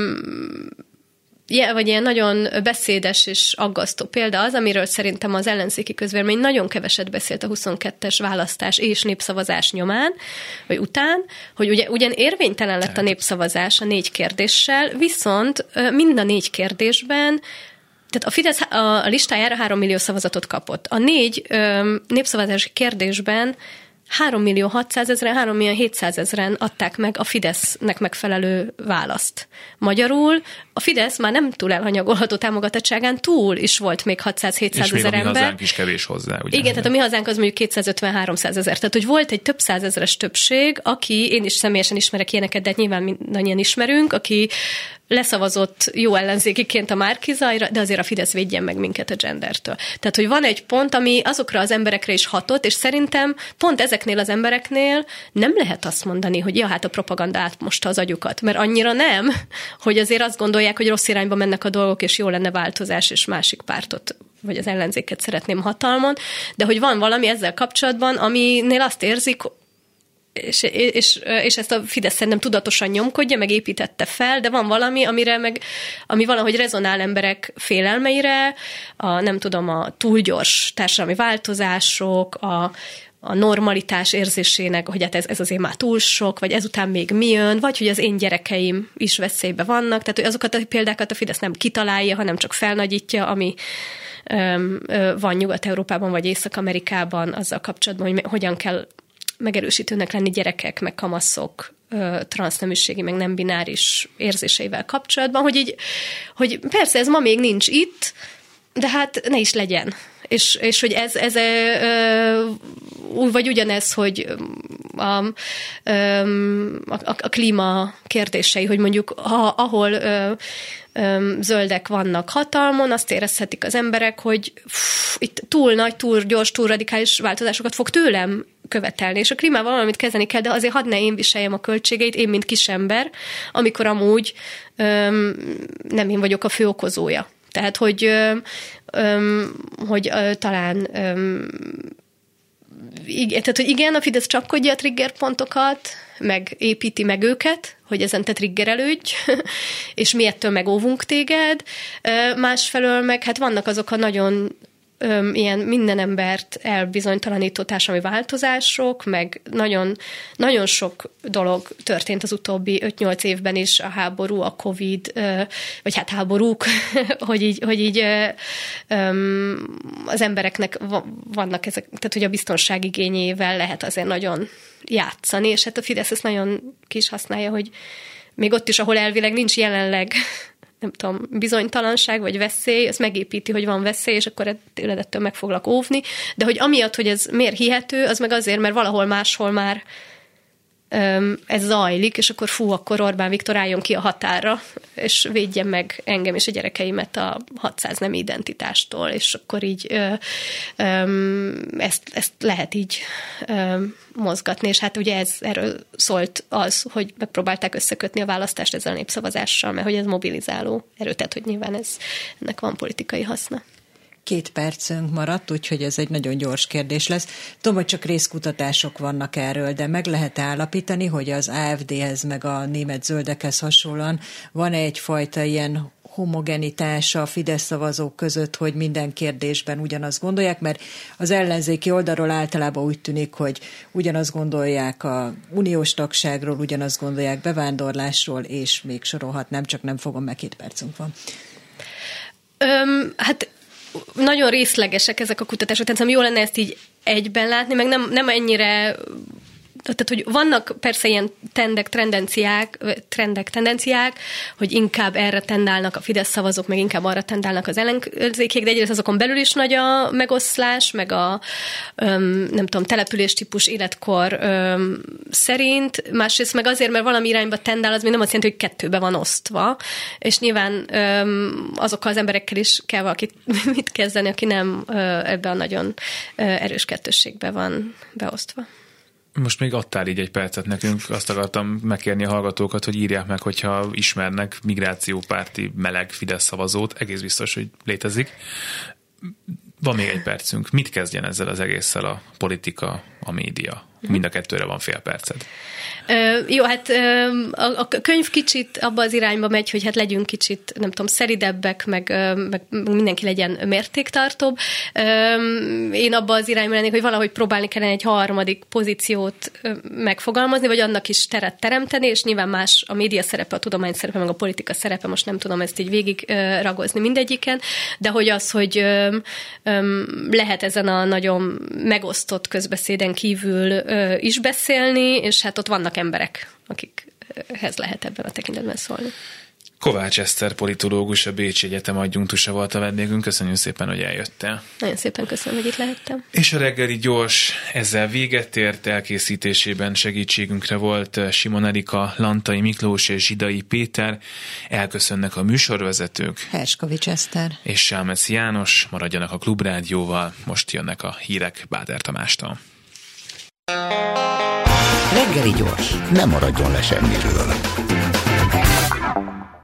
Ja, vagy ilyen nagyon beszédes és aggasztó példa az, amiről szerintem az ellenzéki közvélemény nagyon keveset beszélt a huszonkettes választás és népszavazás nyomán, vagy után, hogy ugye, ugyan érvénytelen lett a népszavazás a négy kérdéssel, viszont mind a négy kérdésben, tehát a Fidesz a listájára három millió szavazatot kapott. A négy ö, népszavazási kérdésben három millió hatszázezren, három millió hétszázezren adták meg a Fidesznek megfelelő választ. Magyarul a Fidesz már nem túl elhanyagolható támogatottságán túl is volt még hatszáz-hétszázezer ember. És még a Mi Hazánk is kevés hozzá. Ugye? Igen, tehát a Mi Hazánk az mondjuk kétszázötven-háromszázezer. Tehát, hogy volt egy több százezeres többség, aki, én is személyesen ismerek ilyeneket, de hát nyilván mindannyian ismerünk, aki leszavazott jó ellenzékiként a Márki-Zajra, de azért a Fidesz védjen meg minket a gendertől. Tehát, hogy van egy pont, ami azokra az emberekre is hatott, és szerintem pont ezeknél az embereknél nem lehet azt mondani, hogy ja, hát a propaganda átmosta az agyukat, mert annyira nem, hogy azért azt gondolják, hogy rossz irányba mennek a dolgok, és jó lenne változás, és másik pártot vagy az ellenzéket szeretném hatalmon, de hogy van valami ezzel kapcsolatban, aminél azt érzik, És, és, és ezt a Fidesz szerintem tudatosan nyomkodja, meg építette fel, de van valami, amire meg, ami valahogy rezonál emberek félelmeire, a, nem tudom, a túl gyors társadalmi változások, a, a normalitás érzésének, hogy hát ez, ez azért már túl sok, vagy ezután még mi jön, vagy hogy az én gyerekeim is veszélybe vannak, tehát hogy azokat a példákat a Fidesz nem kitalálja, hanem csak felnagyítja, ami öm, ö, van Nyugat-Európában, vagy Észak-Amerikában azzal kapcsolatban, hogy hogyan kell megerősítőnek lenni gyerekek, meg kamaszok transzneműségi, meg nem bináris érzéseivel kapcsolatban, hogy így, hogy persze ez ma még nincs itt, de hát ne is legyen. És, és hogy ez, ez úgy vagy ugyanez, hogy a, a, a klíma kérdései, hogy mondjuk ha, ahol ö, ö, zöldek vannak hatalmon, azt érezhetik az emberek, hogy pff, itt túl nagy, túl gyors, túl radikális változásokat fog tőlem követelni, és a klímával valamit kezdeni kell, de azért hadd ne én viseljem a költségeit, én, mint kisember, amikor amúgy öm, nem én vagyok a fő okozója. Tehát, hogy, öm, hogy ö, talán öm, igen, tehát, hogy igen, a Fidesz csapkodja a triggerpontokat, meg építi meg őket, hogy ezen te triggerelődj, és mi ettől megóvunk téged. Másfelől meg hát vannak azok a nagyon öm, ilyen minden embert elbizonytalanító társadalmi változások, meg nagyon, nagyon sok dolog történt az utóbbi öt-nyolc évben is, a háború, a Covid, vagy hát háborúk, hogy így, hogy így öm, az embereknek vannak ezek, tehát hogy a biztonság igényével lehet azért nagyon játszani, és hát a Fidesz ezt nagyon ki is használja, hogy még ott is, ahol elvileg nincs jelenleg nem tudom, bizonytalanság vagy veszély, ez megépíti, hogy van veszély, és akkor tőled ettől meg foglak óvni, de hogy amiatt, hogy ez miért hihető, az meg azért, mert valahol máshol már öm, ez zajlik, és akkor fú, akkor Orbán Viktor álljon ki a határra, és védjen meg engem és a gyerekeimet a hatszáz nem identitástól, és akkor így ö, ö, ezt, ezt lehet így ö, mozgatni, és hát ugye ez, erről szólt az, hogy megpróbálták összekötni a választást ezzel a népszavazással, mert hogy ez mobilizáló erő, tehát hogy nyilván ez, ennek van politikai haszna. Két percünk maradt, úgyhogy ez egy nagyon gyors kérdés lesz. Tudom, hogy csak részkutatások vannak erről, de meg lehet állapítani, hogy az á ef dé-hez meg a német zöldekhez hasonlóan van egyfajta ilyen homogenitása a Fidesz szavazók között, hogy minden kérdésben ugyanazt gondolják, mert az ellenzéki oldalról általában úgy tűnik, hogy ugyanazt gondolják a uniós tagságról, ugyanazt gondolják bevándorlásról, és még sorolhatnám, csak nem fogom, meg két percünk van. Öm, hát nagyon részlegesek ezek a kutatások, tehát jó lenne ezt így egyben látni, meg nem, nem ennyire tehát, hogy vannak persze ilyen tendek, tendenciák, trendek, tendenciák, hogy inkább erre tendálnak a Fidesz szavazók, meg inkább arra tendálnak az ellenzékiek, de egyrészt azokon belül is nagy a megoszlás, meg a öm, nem tudom, településtípus életkor öm, szerint, másrészt meg azért, mert valami irányba tendál, az még nem azt jelenti, hogy kettőbe van osztva, és nyilván öm, azokkal az emberekkel is kell valakit mit kezdeni, aki nem ö, ebbe a nagyon ö, erős kettősségbe van beosztva. Most még adtál így egy percet nekünk, azt akartam megkérni a hallgatókat, hogy írják meg, hogyha ismernek migrációpárti meleg Fidesz szavazót, egész biztos, hogy létezik. Van még egy percünk. Mit kezdjen ezzel az egésszel a politika, a média? Mind a kettőre van fél perced. Ö, jó, hát ö, a, a könyv kicsit abba az irányba megy, hogy hát legyünk kicsit, nem tudom, szeridebbek, meg, meg mindenki legyen mértéktartóbb. Ö, én abba az irányba lennék, hogy valahogy próbálni kellene egy harmadik pozíciót megfogalmazni, vagy annak is teret teremteni, és nyilván más a média szerepe, a tudomány szerepe, meg a politika szerepe, most nem tudom ezt így végig ö, ragozni mindegyiken, de hogy az, hogy ö, ö, lehet ezen a nagyon megosztott közbeszéden kívül ö, is beszélni, és hát ott vannak emberek, akikhez lehet ebben a tekintetben szólni. Kovács Eszter politológus, a Bécsi Egyetem adjunktusa volt a vendégünk. Köszönjük szépen, hogy eljöttél. Nagyon szépen köszönöm, hogy itt lehettem. És a reggeli gyors ezzel véget ért, elkészítésében segítségünkre volt Simon Erika, Lantai Miklós és Zsidai Péter. Elköszönnek a műsorvezetők. Herskovics Eszter. És Sámeci János. Maradjanak a Klubrádióval. Most jönnek a hírek Báder Tamástól. Reggeli gyors, nem maradjon le semmiről.